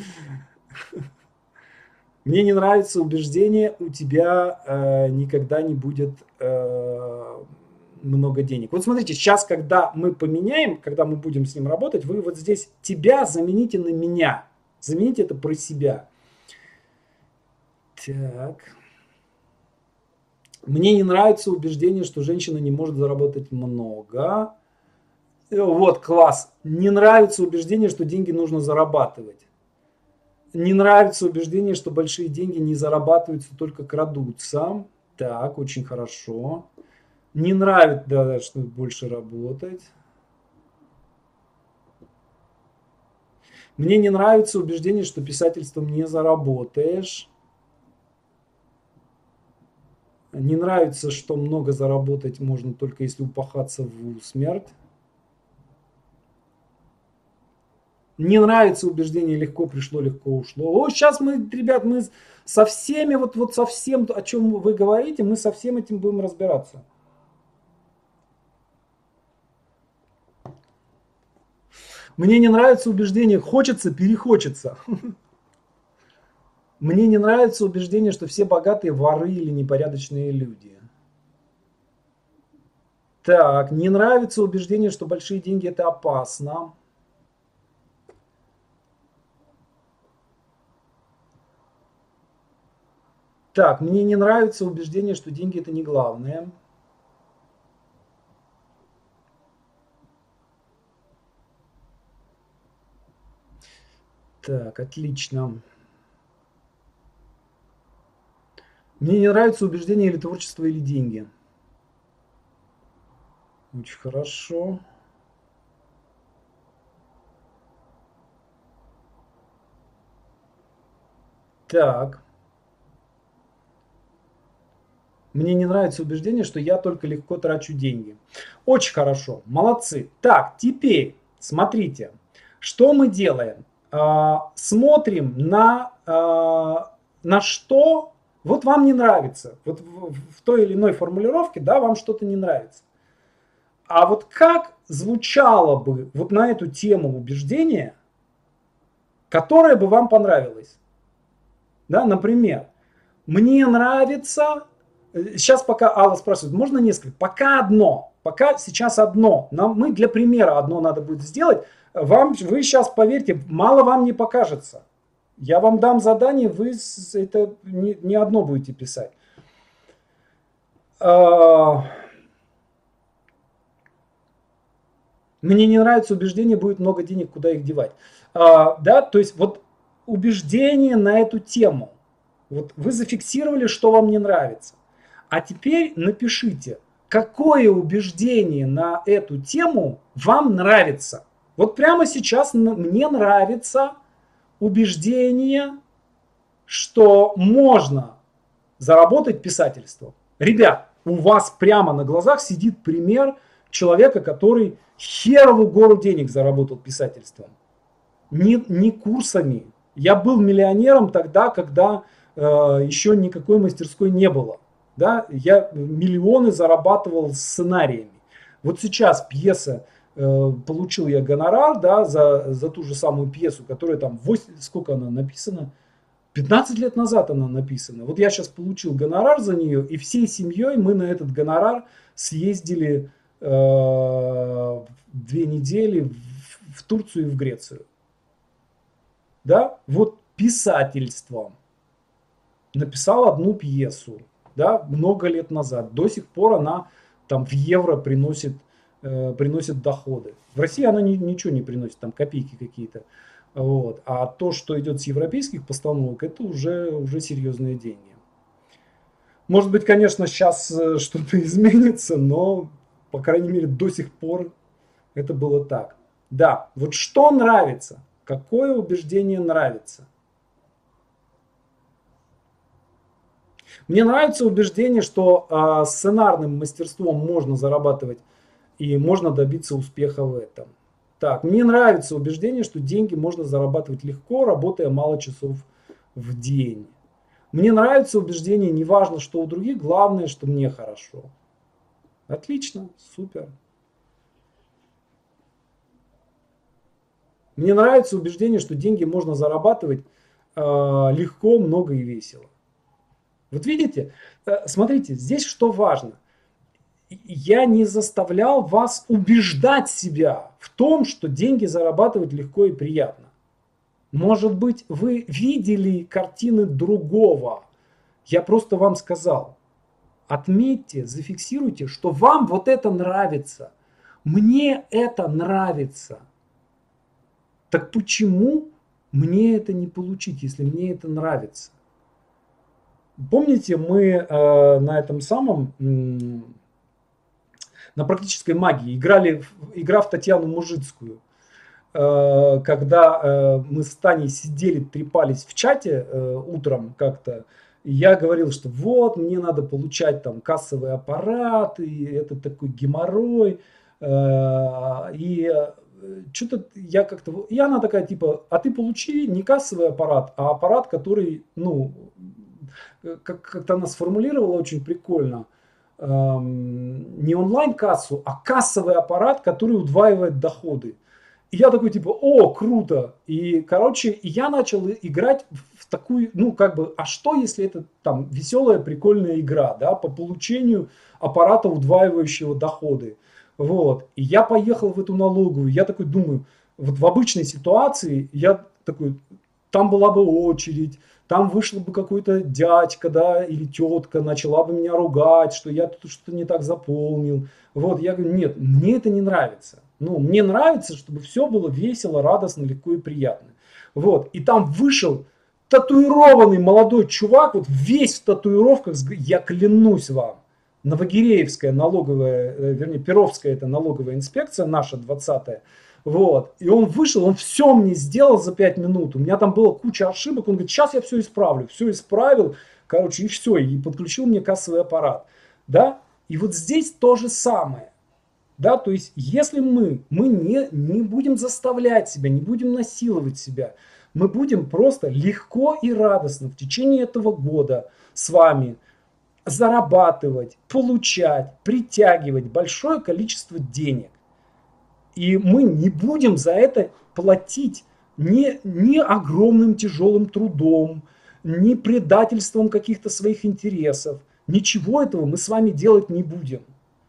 Мне не нравится убеждение, у тебя э, никогда не будет э, много денег. Вот смотрите, сейчас, когда мы поменяем, когда мы будем с ним работать, вы вот здесь тебя замените на меня. Замените это про себя. Так. Мне не нравится убеждение, что женщина не может заработать много. Вот, класс. Не нравится убеждение, что деньги нужно зарабатывать. Не нравится убеждение, что большие деньги не зарабатываются, только крадутся. Так, очень хорошо. Не нравится, да, что больше работать. Мне не нравится убеждение, что писательством не заработаешь. Не нравится, что много заработать можно только если упахаться в усмерть. Не нравится убеждение, легко пришло, легко ушло. О, сейчас мы, ребят, мы со всеми, вот, вот со всем, о чем вы говорите, мы со всем этим будем разбираться. Мне не нравится убеждение, хочется, перехочется. Мне не нравится убеждение, что все богатые воры или непорядочные люди. Так, не нравится убеждение, что большие деньги это опасно. Так, мне не нравится убеждение, что деньги это не главное. Так, отлично. Мне не нравится убеждение или творчество, или деньги. Очень хорошо. Так. Мне не нравится убеждение, что я только легко трачу деньги. Очень хорошо, молодцы. Так, теперь смотрите, что мы делаем. А, смотрим на, а, на что вот вам не нравится. Вот в, в той или иной формулировке, да, вам что-то не нравится. А вот как звучало бы вот на эту тему убеждение, которое бы вам понравилось? Да, например, мне нравится... Сейчас пока Алла спрашивает, можно несколько? Пока одно. Пока сейчас одно. Нам, мы для примера одно надо будет сделать. Вам, вы сейчас, поверьте, мало вам не покажется. Я вам дам задание, вы это не, не одно будете писать. Мне не нравится убеждение, будет много денег, куда их девать. Да, то есть вот убеждение на эту тему. Вот вы зафиксировали, что вам не нравится. А теперь напишите, какое убеждение на эту тему вам нравится. Вот прямо сейчас мне нравится убеждение, что можно заработать писательством. Ребят, у вас прямо на глазах сидит пример человека, который херову гору денег заработал писательством. Не, не курсами. Я был миллионером тогда, когда э, еще никакой мастерской не было. Да, я миллионы зарабатывал сценариями. Вот сейчас пьеса, э, получил я гонорар, да, за, за ту же самую пьесу, которая там, восемь, сколько она написана? пятнадцать лет назад она написана. Вот я сейчас получил гонорар за нее, и всей семьей мы на этот гонорар съездили э, две недели в, в Турцию и в Грецию. Да, вот писательством. Написал одну пьесу. Да, много лет назад. До сих пор она там в евро приносит, э, приносит доходы. В России она ни, ничего не приносит, там копейки какие-то. Вот. А то, что идет с европейских постановок, это уже, уже серьезные деньги. Может быть, конечно, сейчас что-то изменится, но, по крайней мере, до сих пор это было так. Да, вот что нравится? Какое убеждение нравится? Мне нравится убеждение, что э, сценарным мастерством можно зарабатывать и можно добиться успеха в этом. Так, мне нравится убеждение, что деньги можно зарабатывать легко, работая мало часов в день. Мне нравится убеждение, не важно, что у других, главное, что мне хорошо. Отлично, супер. Мне нравится убеждение, что деньги можно зарабатывать э, легко, много и весело. Вот видите, смотрите, здесь что важно. Я не заставлял вас убеждать себя в том, что деньги зарабатывать легко и приятно. Может быть, вы видели картины другого. Я просто вам сказал, отметьте, зафиксируйте, что вам вот это нравится. Мне это нравится. Так почему мне это не получить, если мне это нравится? Помните, мы э, на этом самом, м, на практической магии играли, игра в Татьяну Мужицкую. э, когда э, мы с Таней сидели, трепались в чате э, утром как-то, я говорил, что вот, мне надо получать там кассовый аппарат, и это такой геморрой. Э, и что-то я как-то... И она такая, типа, а ты получи не кассовый аппарат, а аппарат, который, ну, как- как-то она сформулировала очень прикольно. Эм, не онлайн-кассу, а кассовый аппарат, который удваивает доходы. И я такой, типа, о, круто. И, короче, и я начал играть в такую, ну, как бы, а что, если это там веселая, прикольная игра, да, по получению аппарата, удваивающего доходы. Вот. И я поехал в эту налоговую. Я такой думаю, вот в обычной ситуации я такой, там была бы очередь, там вышел бы какой-то дядька, да, или тетка, начала бы меня ругать, что я тут что-то не так заполнил. Вот, я говорю, нет, мне это не нравится. Ну, мне нравится, чтобы все было весело, радостно, легко и приятно. Вот, и там вышел татуированный молодой чувак, вот весь в татуировках, я клянусь вам, Новогиреевская налоговая, э, вернее, Перовская это налоговая инспекция, наша двадцатая. Вот. И он вышел, он все мне сделал за пять минут. У меня там была куча ошибок. Он говорит, сейчас я все исправлю. Все исправил. Короче, и все. И подключил мне кассовый аппарат. Да? И вот здесь то же самое. Да? То есть, если мы, мы не, не будем заставлять себя, не будем насиловать себя, мы будем просто легко и радостно в течение этого года с вами зарабатывать, получать, притягивать большое количество денег. И мы не будем за это платить ни, ни огромным тяжелым трудом, ни предательством каких-то своих интересов. Ничего этого мы с вами делать не будем.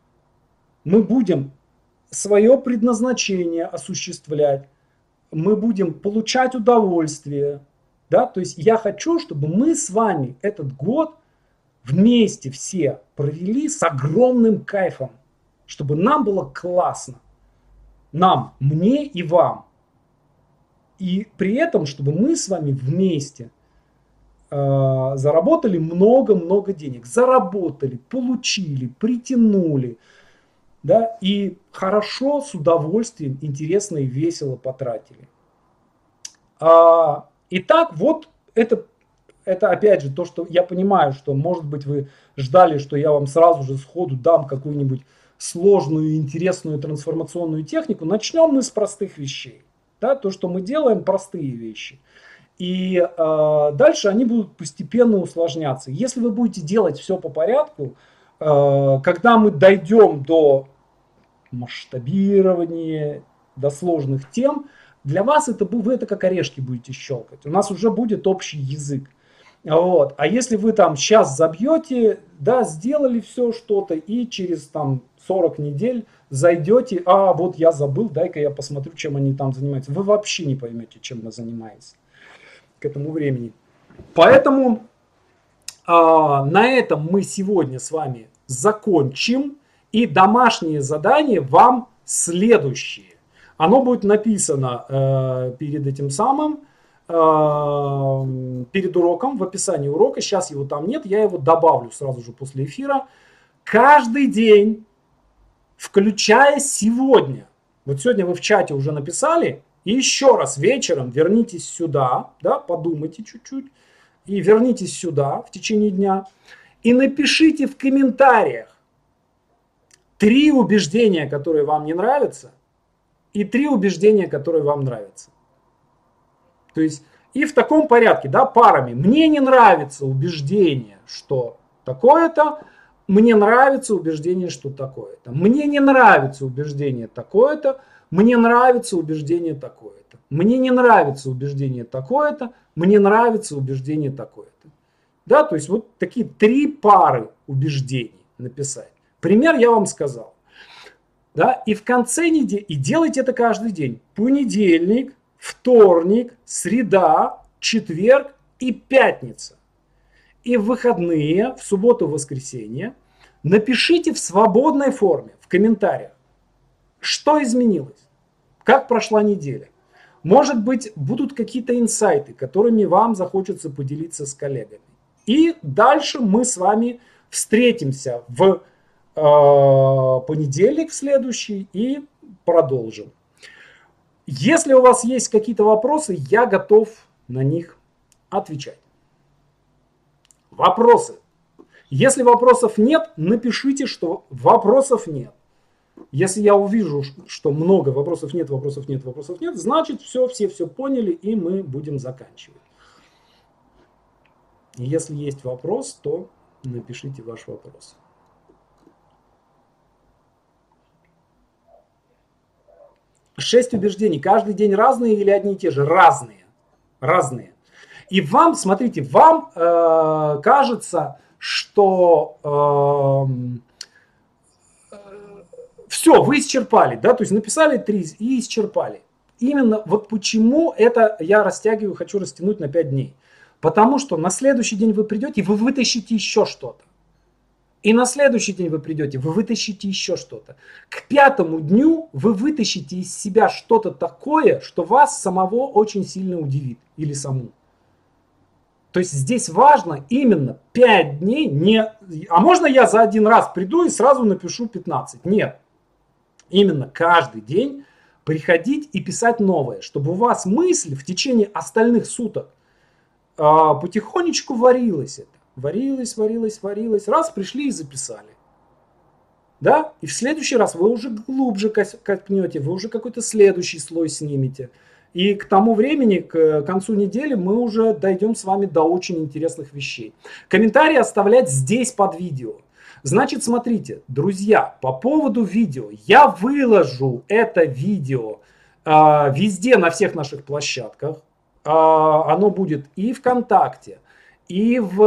Мы будем свое предназначение осуществлять, мы будем получать удовольствие. Да? То есть я хочу, чтобы мы с вами этот год вместе все провели с огромным кайфом, чтобы нам было классно. Нам, мне и вам. И при этом, чтобы мы с вами вместе э, заработали много-много денег. Заработали, получили, притянули. Да, и хорошо, с удовольствием, интересно и весело потратили. А, итак, вот это, это опять же то, что я понимаю, что может быть вы ждали, что я вам сразу же сходу дам какую-нибудь сложную, интересную трансформационную технику. Начнем мы с простых вещей. Да, то, что мы делаем, простые вещи. И э, дальше они будут постепенно усложняться. Если вы будете делать все по порядку, э, когда мы дойдем до масштабирования, до сложных тем, для вас это, вы это как орешки будете щелкать. У нас уже будет общий язык. Вот. А если вы там сейчас забьете, да, сделали все что-то, и через там сорок недель зайдете, а вот я забыл, дай-ка я посмотрю, чем они там занимаются. Вы вообще не поймете, чем мы занимаемся к этому времени. Поэтому а, на этом мы сегодня с вами закончим. И домашнее задание вам следующее. Оно будет написано э, перед этим самым, э, перед уроком, в описании урока. Сейчас его там нет, я его добавлю сразу же после эфира. Каждый день, включая сегодня, вот сегодня вы в чате уже написали, и еще раз вечером вернитесь сюда, да, подумайте чуть-чуть, и вернитесь сюда в течение дня, и напишите в комментариях три убеждения, которые вам не нравятся, и три убеждения, которые вам нравятся. То есть, и в таком порядке, да, парами. Мне не нравится убеждение, что такое-то, мне нравится убеждение, что такое-то. Мне не нравится убеждение такое-то, мне нравится убеждение такое-то. Мне не нравится убеждение такое-то, мне нравится убеждение такое-то. Да, то есть вот такие три пары убеждений написать. Пример я вам сказал. Да? И в конце недели, и делайте это каждый день. Понедельник, вторник, среда, четверг и пятница. И в выходные, в субботу, воскресенье, напишите в свободной форме, в комментариях, что изменилось, как прошла неделя. Может быть, будут какие-то инсайты, которыми вам захочется поделиться с коллегами. И дальше мы с вами встретимся в понедельник в следующий и продолжим. Если у вас есть какие-то вопросы, я готов на них отвечать. Вопросы. Если вопросов нет, напишите, что вопросов нет. Если я увижу, что много вопросов нет, вопросов нет, вопросов нет, значит все, все все поняли, и мы будем заканчивать. Если есть вопрос, то напишите ваш вопрос. Шесть убеждений. Каждый день разные или одни и те же? Разные. Разные. И вам, смотрите, вам э, кажется, что э, все, вы исчерпали, да, то есть написали три и исчерпали. Именно вот почему это я растягиваю, хочу растянуть на пять дней. Потому что на следующий день вы придете, и вы вытащите еще что-то. И на следующий день вы придете, вы вытащите еще что-то. К пятому дню вы вытащите из себя что-то такое, что вас самого очень сильно удивит. Или саму. То есть здесь важно именно пять дней. Не... А можно я за один раз приду и сразу напишу пятнадцать? Нет. Именно каждый день приходить и писать новое. Чтобы у вас мысль в течение остальных суток э, потихонечку варилась это. Варилась, варилась, варилась. Раз, пришли и записали. Да? И в следующий раз вы уже глубже копнете, вы уже какой-то следующий слой снимете. И к тому времени, к концу недели, мы уже дойдем с вами до очень интересных вещей. Комментарии оставлять здесь под видео. Значит, смотрите, друзья, по поводу видео. Я выложу это видео э, везде, на всех наших площадках. Э, оно будет и ВКонтакте, и в,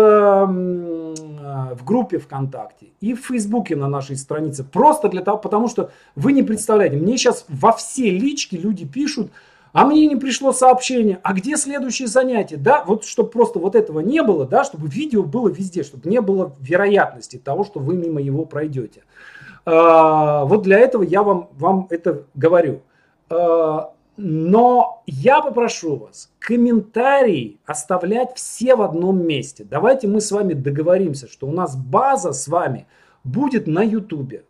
в группе ВКонтакте, и в Фейсбуке на нашей странице. Просто для того, потому что вы не представляете, мне сейчас во все лички люди пишут, а мне не пришло сообщение, а где следующее занятие, да, вот чтобы просто вот этого не было, да, чтобы видео было везде, чтобы не было вероятности того, что вы мимо его пройдете. А, вот для этого я вам, вам это говорю. А, но я попрошу вас комментарии оставлять все в одном месте. Давайте мы с вами договоримся, что у нас база с вами будет на ютубе.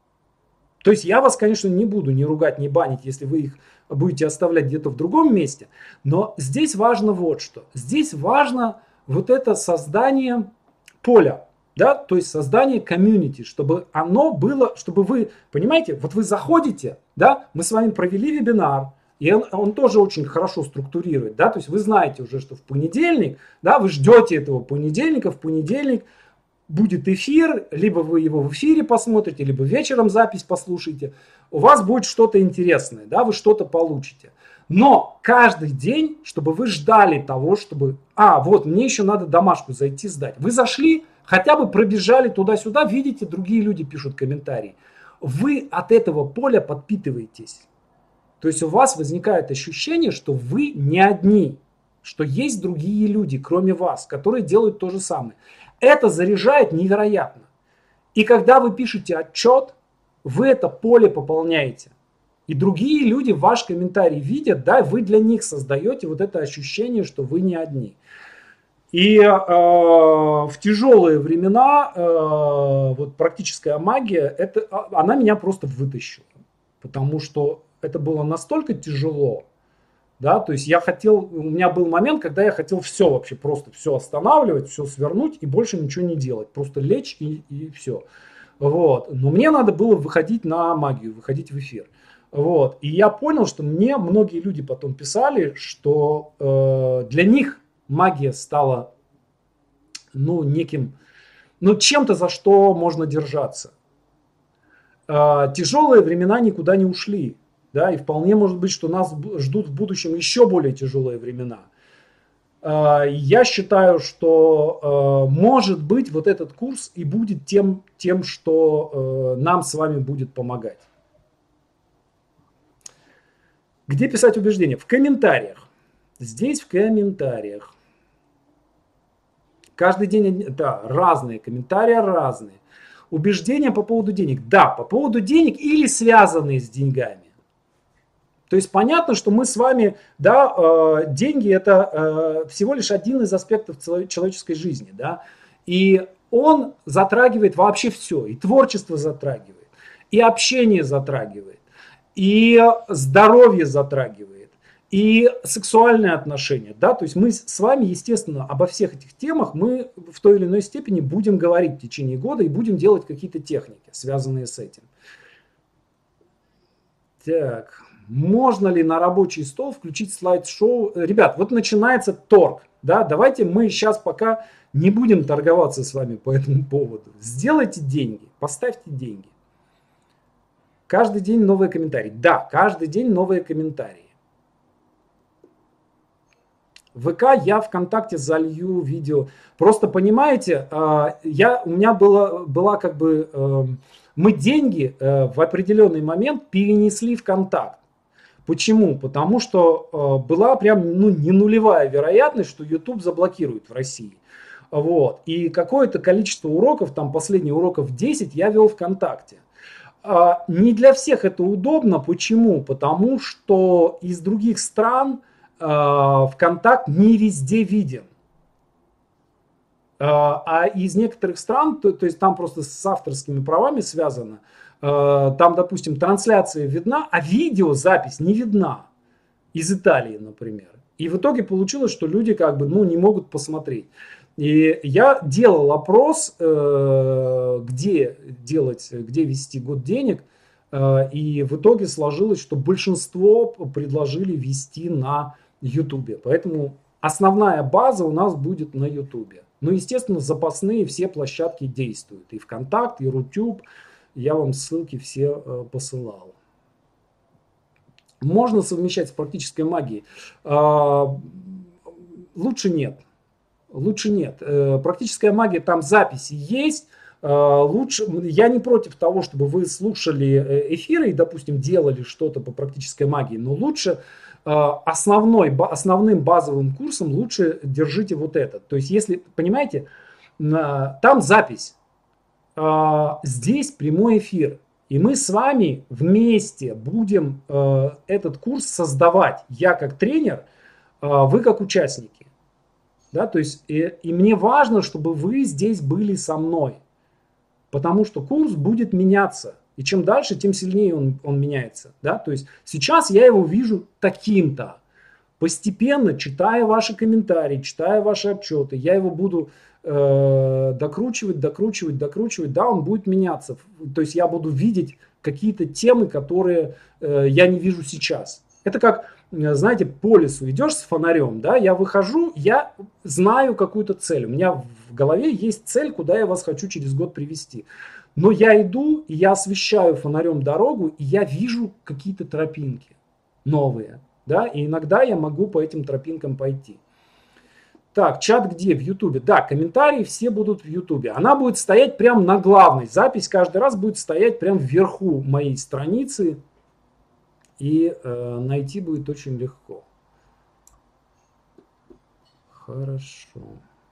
То есть я вас, конечно, не буду ни ругать, ни банить, если вы их будете оставлять где-то в другом месте. Но здесь важно вот что. Здесь важно вот это создание поля. Да? То есть создание комьюнити, чтобы оно было, чтобы вы, понимаете, вот вы заходите, да, мы с вами провели вебинар, и он, он тоже очень хорошо структурирует, да, то есть вы знаете уже, что в понедельник, да, вы ждете этого понедельника, в понедельник будет эфир, либо вы его в эфире посмотрите, либо вечером запись послушаете, у вас будет что-то интересное, да, вы что-то получите. Но каждый день, чтобы вы ждали того, чтобы, а, вот, мне еще надо домашку зайти сдать. Вы зашли, хотя бы пробежали туда-сюда, видите, другие люди пишут комментарии. Вы от этого поля подпитываетесь. То есть у вас возникает ощущение, что вы не одни, что есть другие люди, кроме вас, которые делают то же самое. Это заряжает невероятно. И когда вы пишете отчет, вы это поле пополняете. И другие люди ваш комментарий видят, да, вы для них создаете вот это ощущение, что вы не одни. И э, в тяжелые времена э, вот практическая магия, это, она меня просто вытащила. Потому что это было настолько тяжело, да, то есть я хотел, у меня был момент, когда я хотел все вообще, просто все останавливать, все свернуть и больше ничего не делать, просто лечь и, и все. Вот. Но мне надо было выходить на магию, выходить в эфир. Вот. И я понял, что мне многие люди потом писали, что э, для них магия стала, ну, неким, ну, чем-то, за что можно держаться. Э, тяжелые времена никуда не ушли. Да, и вполне может быть, что нас ждут в будущем еще более тяжелые времена. Я считаю, что может быть вот этот курс и будет тем, тем, что нам с вами будет помогать. Где писать убеждения? В комментариях. Здесь в комментариях. Каждый день, да, разные комментарии, разные. Убеждения по поводу денег. Да, по поводу денег или связанные с деньгами. То есть понятно, что мы с вами, да, э, деньги это э, всего лишь один из аспектов человеческой жизни, да, и он затрагивает вообще все, и творчество затрагивает, и общение затрагивает, и здоровье затрагивает, и сексуальные отношения, да, то есть мы с вами, естественно, обо всех этих темах мы в той или иной степени будем говорить в течение года и будем делать какие-то техники, связанные с этим. Так, можно ли на рабочий стол включить слайд-шоу? Ребят, вот начинается торг, да, давайте мы сейчас пока не будем торговаться с вами по этому поводу. Сделайте деньги, поставьте деньги. Каждый день новые комментарии. Да, каждый день новые комментарии. В ВК я ВКонтакте залью видео. Просто понимаете, я, у меня было, была как бы... Мы деньги в определенный момент перенесли в ВКонтакт. Почему? Потому что была прям ну, не нулевая вероятность, что YouTube заблокирует в России. Вот. И какое-то количество уроков, там последние уроков десять я вел ВКонтакте. Не для всех это удобно. Почему? Потому что из других стран ВКонтакт не везде виден. А из некоторых стран, то, то есть там просто с авторскими правами связано, там, допустим, трансляция видна, а видеозапись не видна. Из Италии, например. И в итоге получилось, что люди как бы ну, не могут посмотреть. И я делал опрос, где делать, где вести год денег, и в итоге сложилось, что большинство предложили вести на YouTube. Поэтому основная база у нас будет на YouTube. Ну, естественно, запасные все площадки действуют. И ВКонтакт, и Рутюб. Я вам ссылки все посылал. Можно совмещать с практической магией? Лучше нет. Лучше нет. Практическая магия, там записи есть. Лучше, я не против того, чтобы вы слушали эфиры и, допустим, делали что-то по практической магии, но лучше основной, основным базовым курсом лучше держите вот этот. То есть, если, понимаете, там запись, здесь прямой эфир. И мы с вами вместе будем этот курс создавать. Я как тренер, вы как участники. Да, то есть, и, и мне важно, чтобы вы здесь были со мной. Потому что курс будет меняться. И чем дальше, тем сильнее он, он меняется. Да? То есть сейчас я его вижу таким-то. Постепенно, читая ваши комментарии, читая ваши отчеты, я его буду э, докручивать, докручивать, докручивать. Да, он будет меняться. То есть я буду видеть какие-то темы, которые э, я не вижу сейчас. Это как, знаете, по лесу идешь с фонарем, да, я выхожу, я знаю какую-то цель. У меня в голове есть цель, куда я вас хочу через год привести. Но я иду, и я освещаю фонарем дорогу, и я вижу какие-то тропинки новые. Да? И иногда я могу по этим тропинкам пойти. Так, чат где? В Ютубе. Да, комментарии все будут в Ютубе. Она будет стоять прямо на главной. Запись каждый раз будет стоять прямо вверху моей страницы. И э, найти будет очень легко. Хорошо.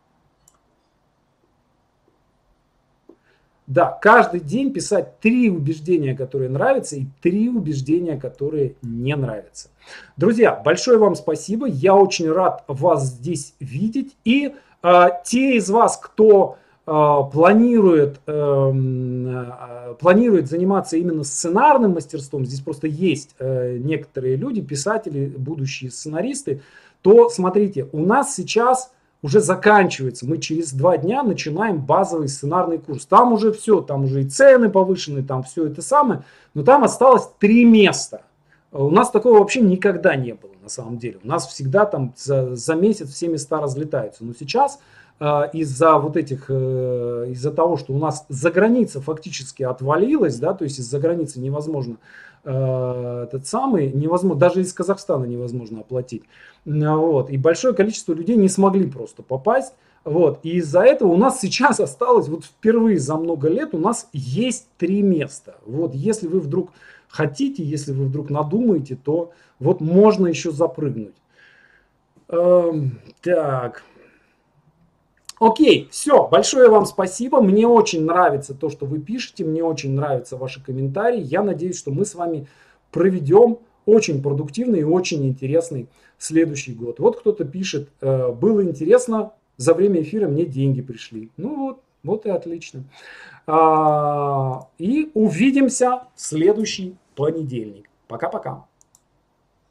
Да, каждый день писать три убеждения, которые нравятся, и три убеждения, которые не нравятся. Друзья, большое вам спасибо. Я очень рад вас здесь видеть. И э, те из вас, кто э, планирует, э, э, планирует заниматься именно сценарным мастерством, здесь просто есть э, некоторые люди, писатели, будущие сценаристы, то смотрите, у нас сейчас... уже заканчивается. Мы через два дня начинаем базовый сценарный курс. Там уже все, там уже и цены повышены, там все это самое. Но там осталось три места. У нас такого вообще никогда не было на самом деле. У нас всегда там за, за месяц все места разлетаются. Но сейчас э, из-за вот этих, э, из-за того, что у нас за граница фактически отвалилась, да, то есть из-за границы невозможно э, этот самый, невозможно, даже из Казахстана невозможно оплатить. Вот. И большое количество людей не смогли просто попасть. Вот. И из-за этого у нас сейчас осталось, вот впервые за много лет у нас есть три места. Вот. Если вы вдруг хотите, если вы вдруг надумаете, то вот можно еще запрыгнуть. Эм, так. Окей, все, большое вам спасибо. Мне очень нравится то, что вы пишете, мне очень нравятся ваши комментарии. Я надеюсь, что мы с вами проведем очень продуктивный и очень интересный следующий год. Вот кто-то пишет, э, было интересно, за время эфира мне деньги пришли. Ну вот, вот и отлично. А, и увидимся в следующий понедельник. Пока-пока.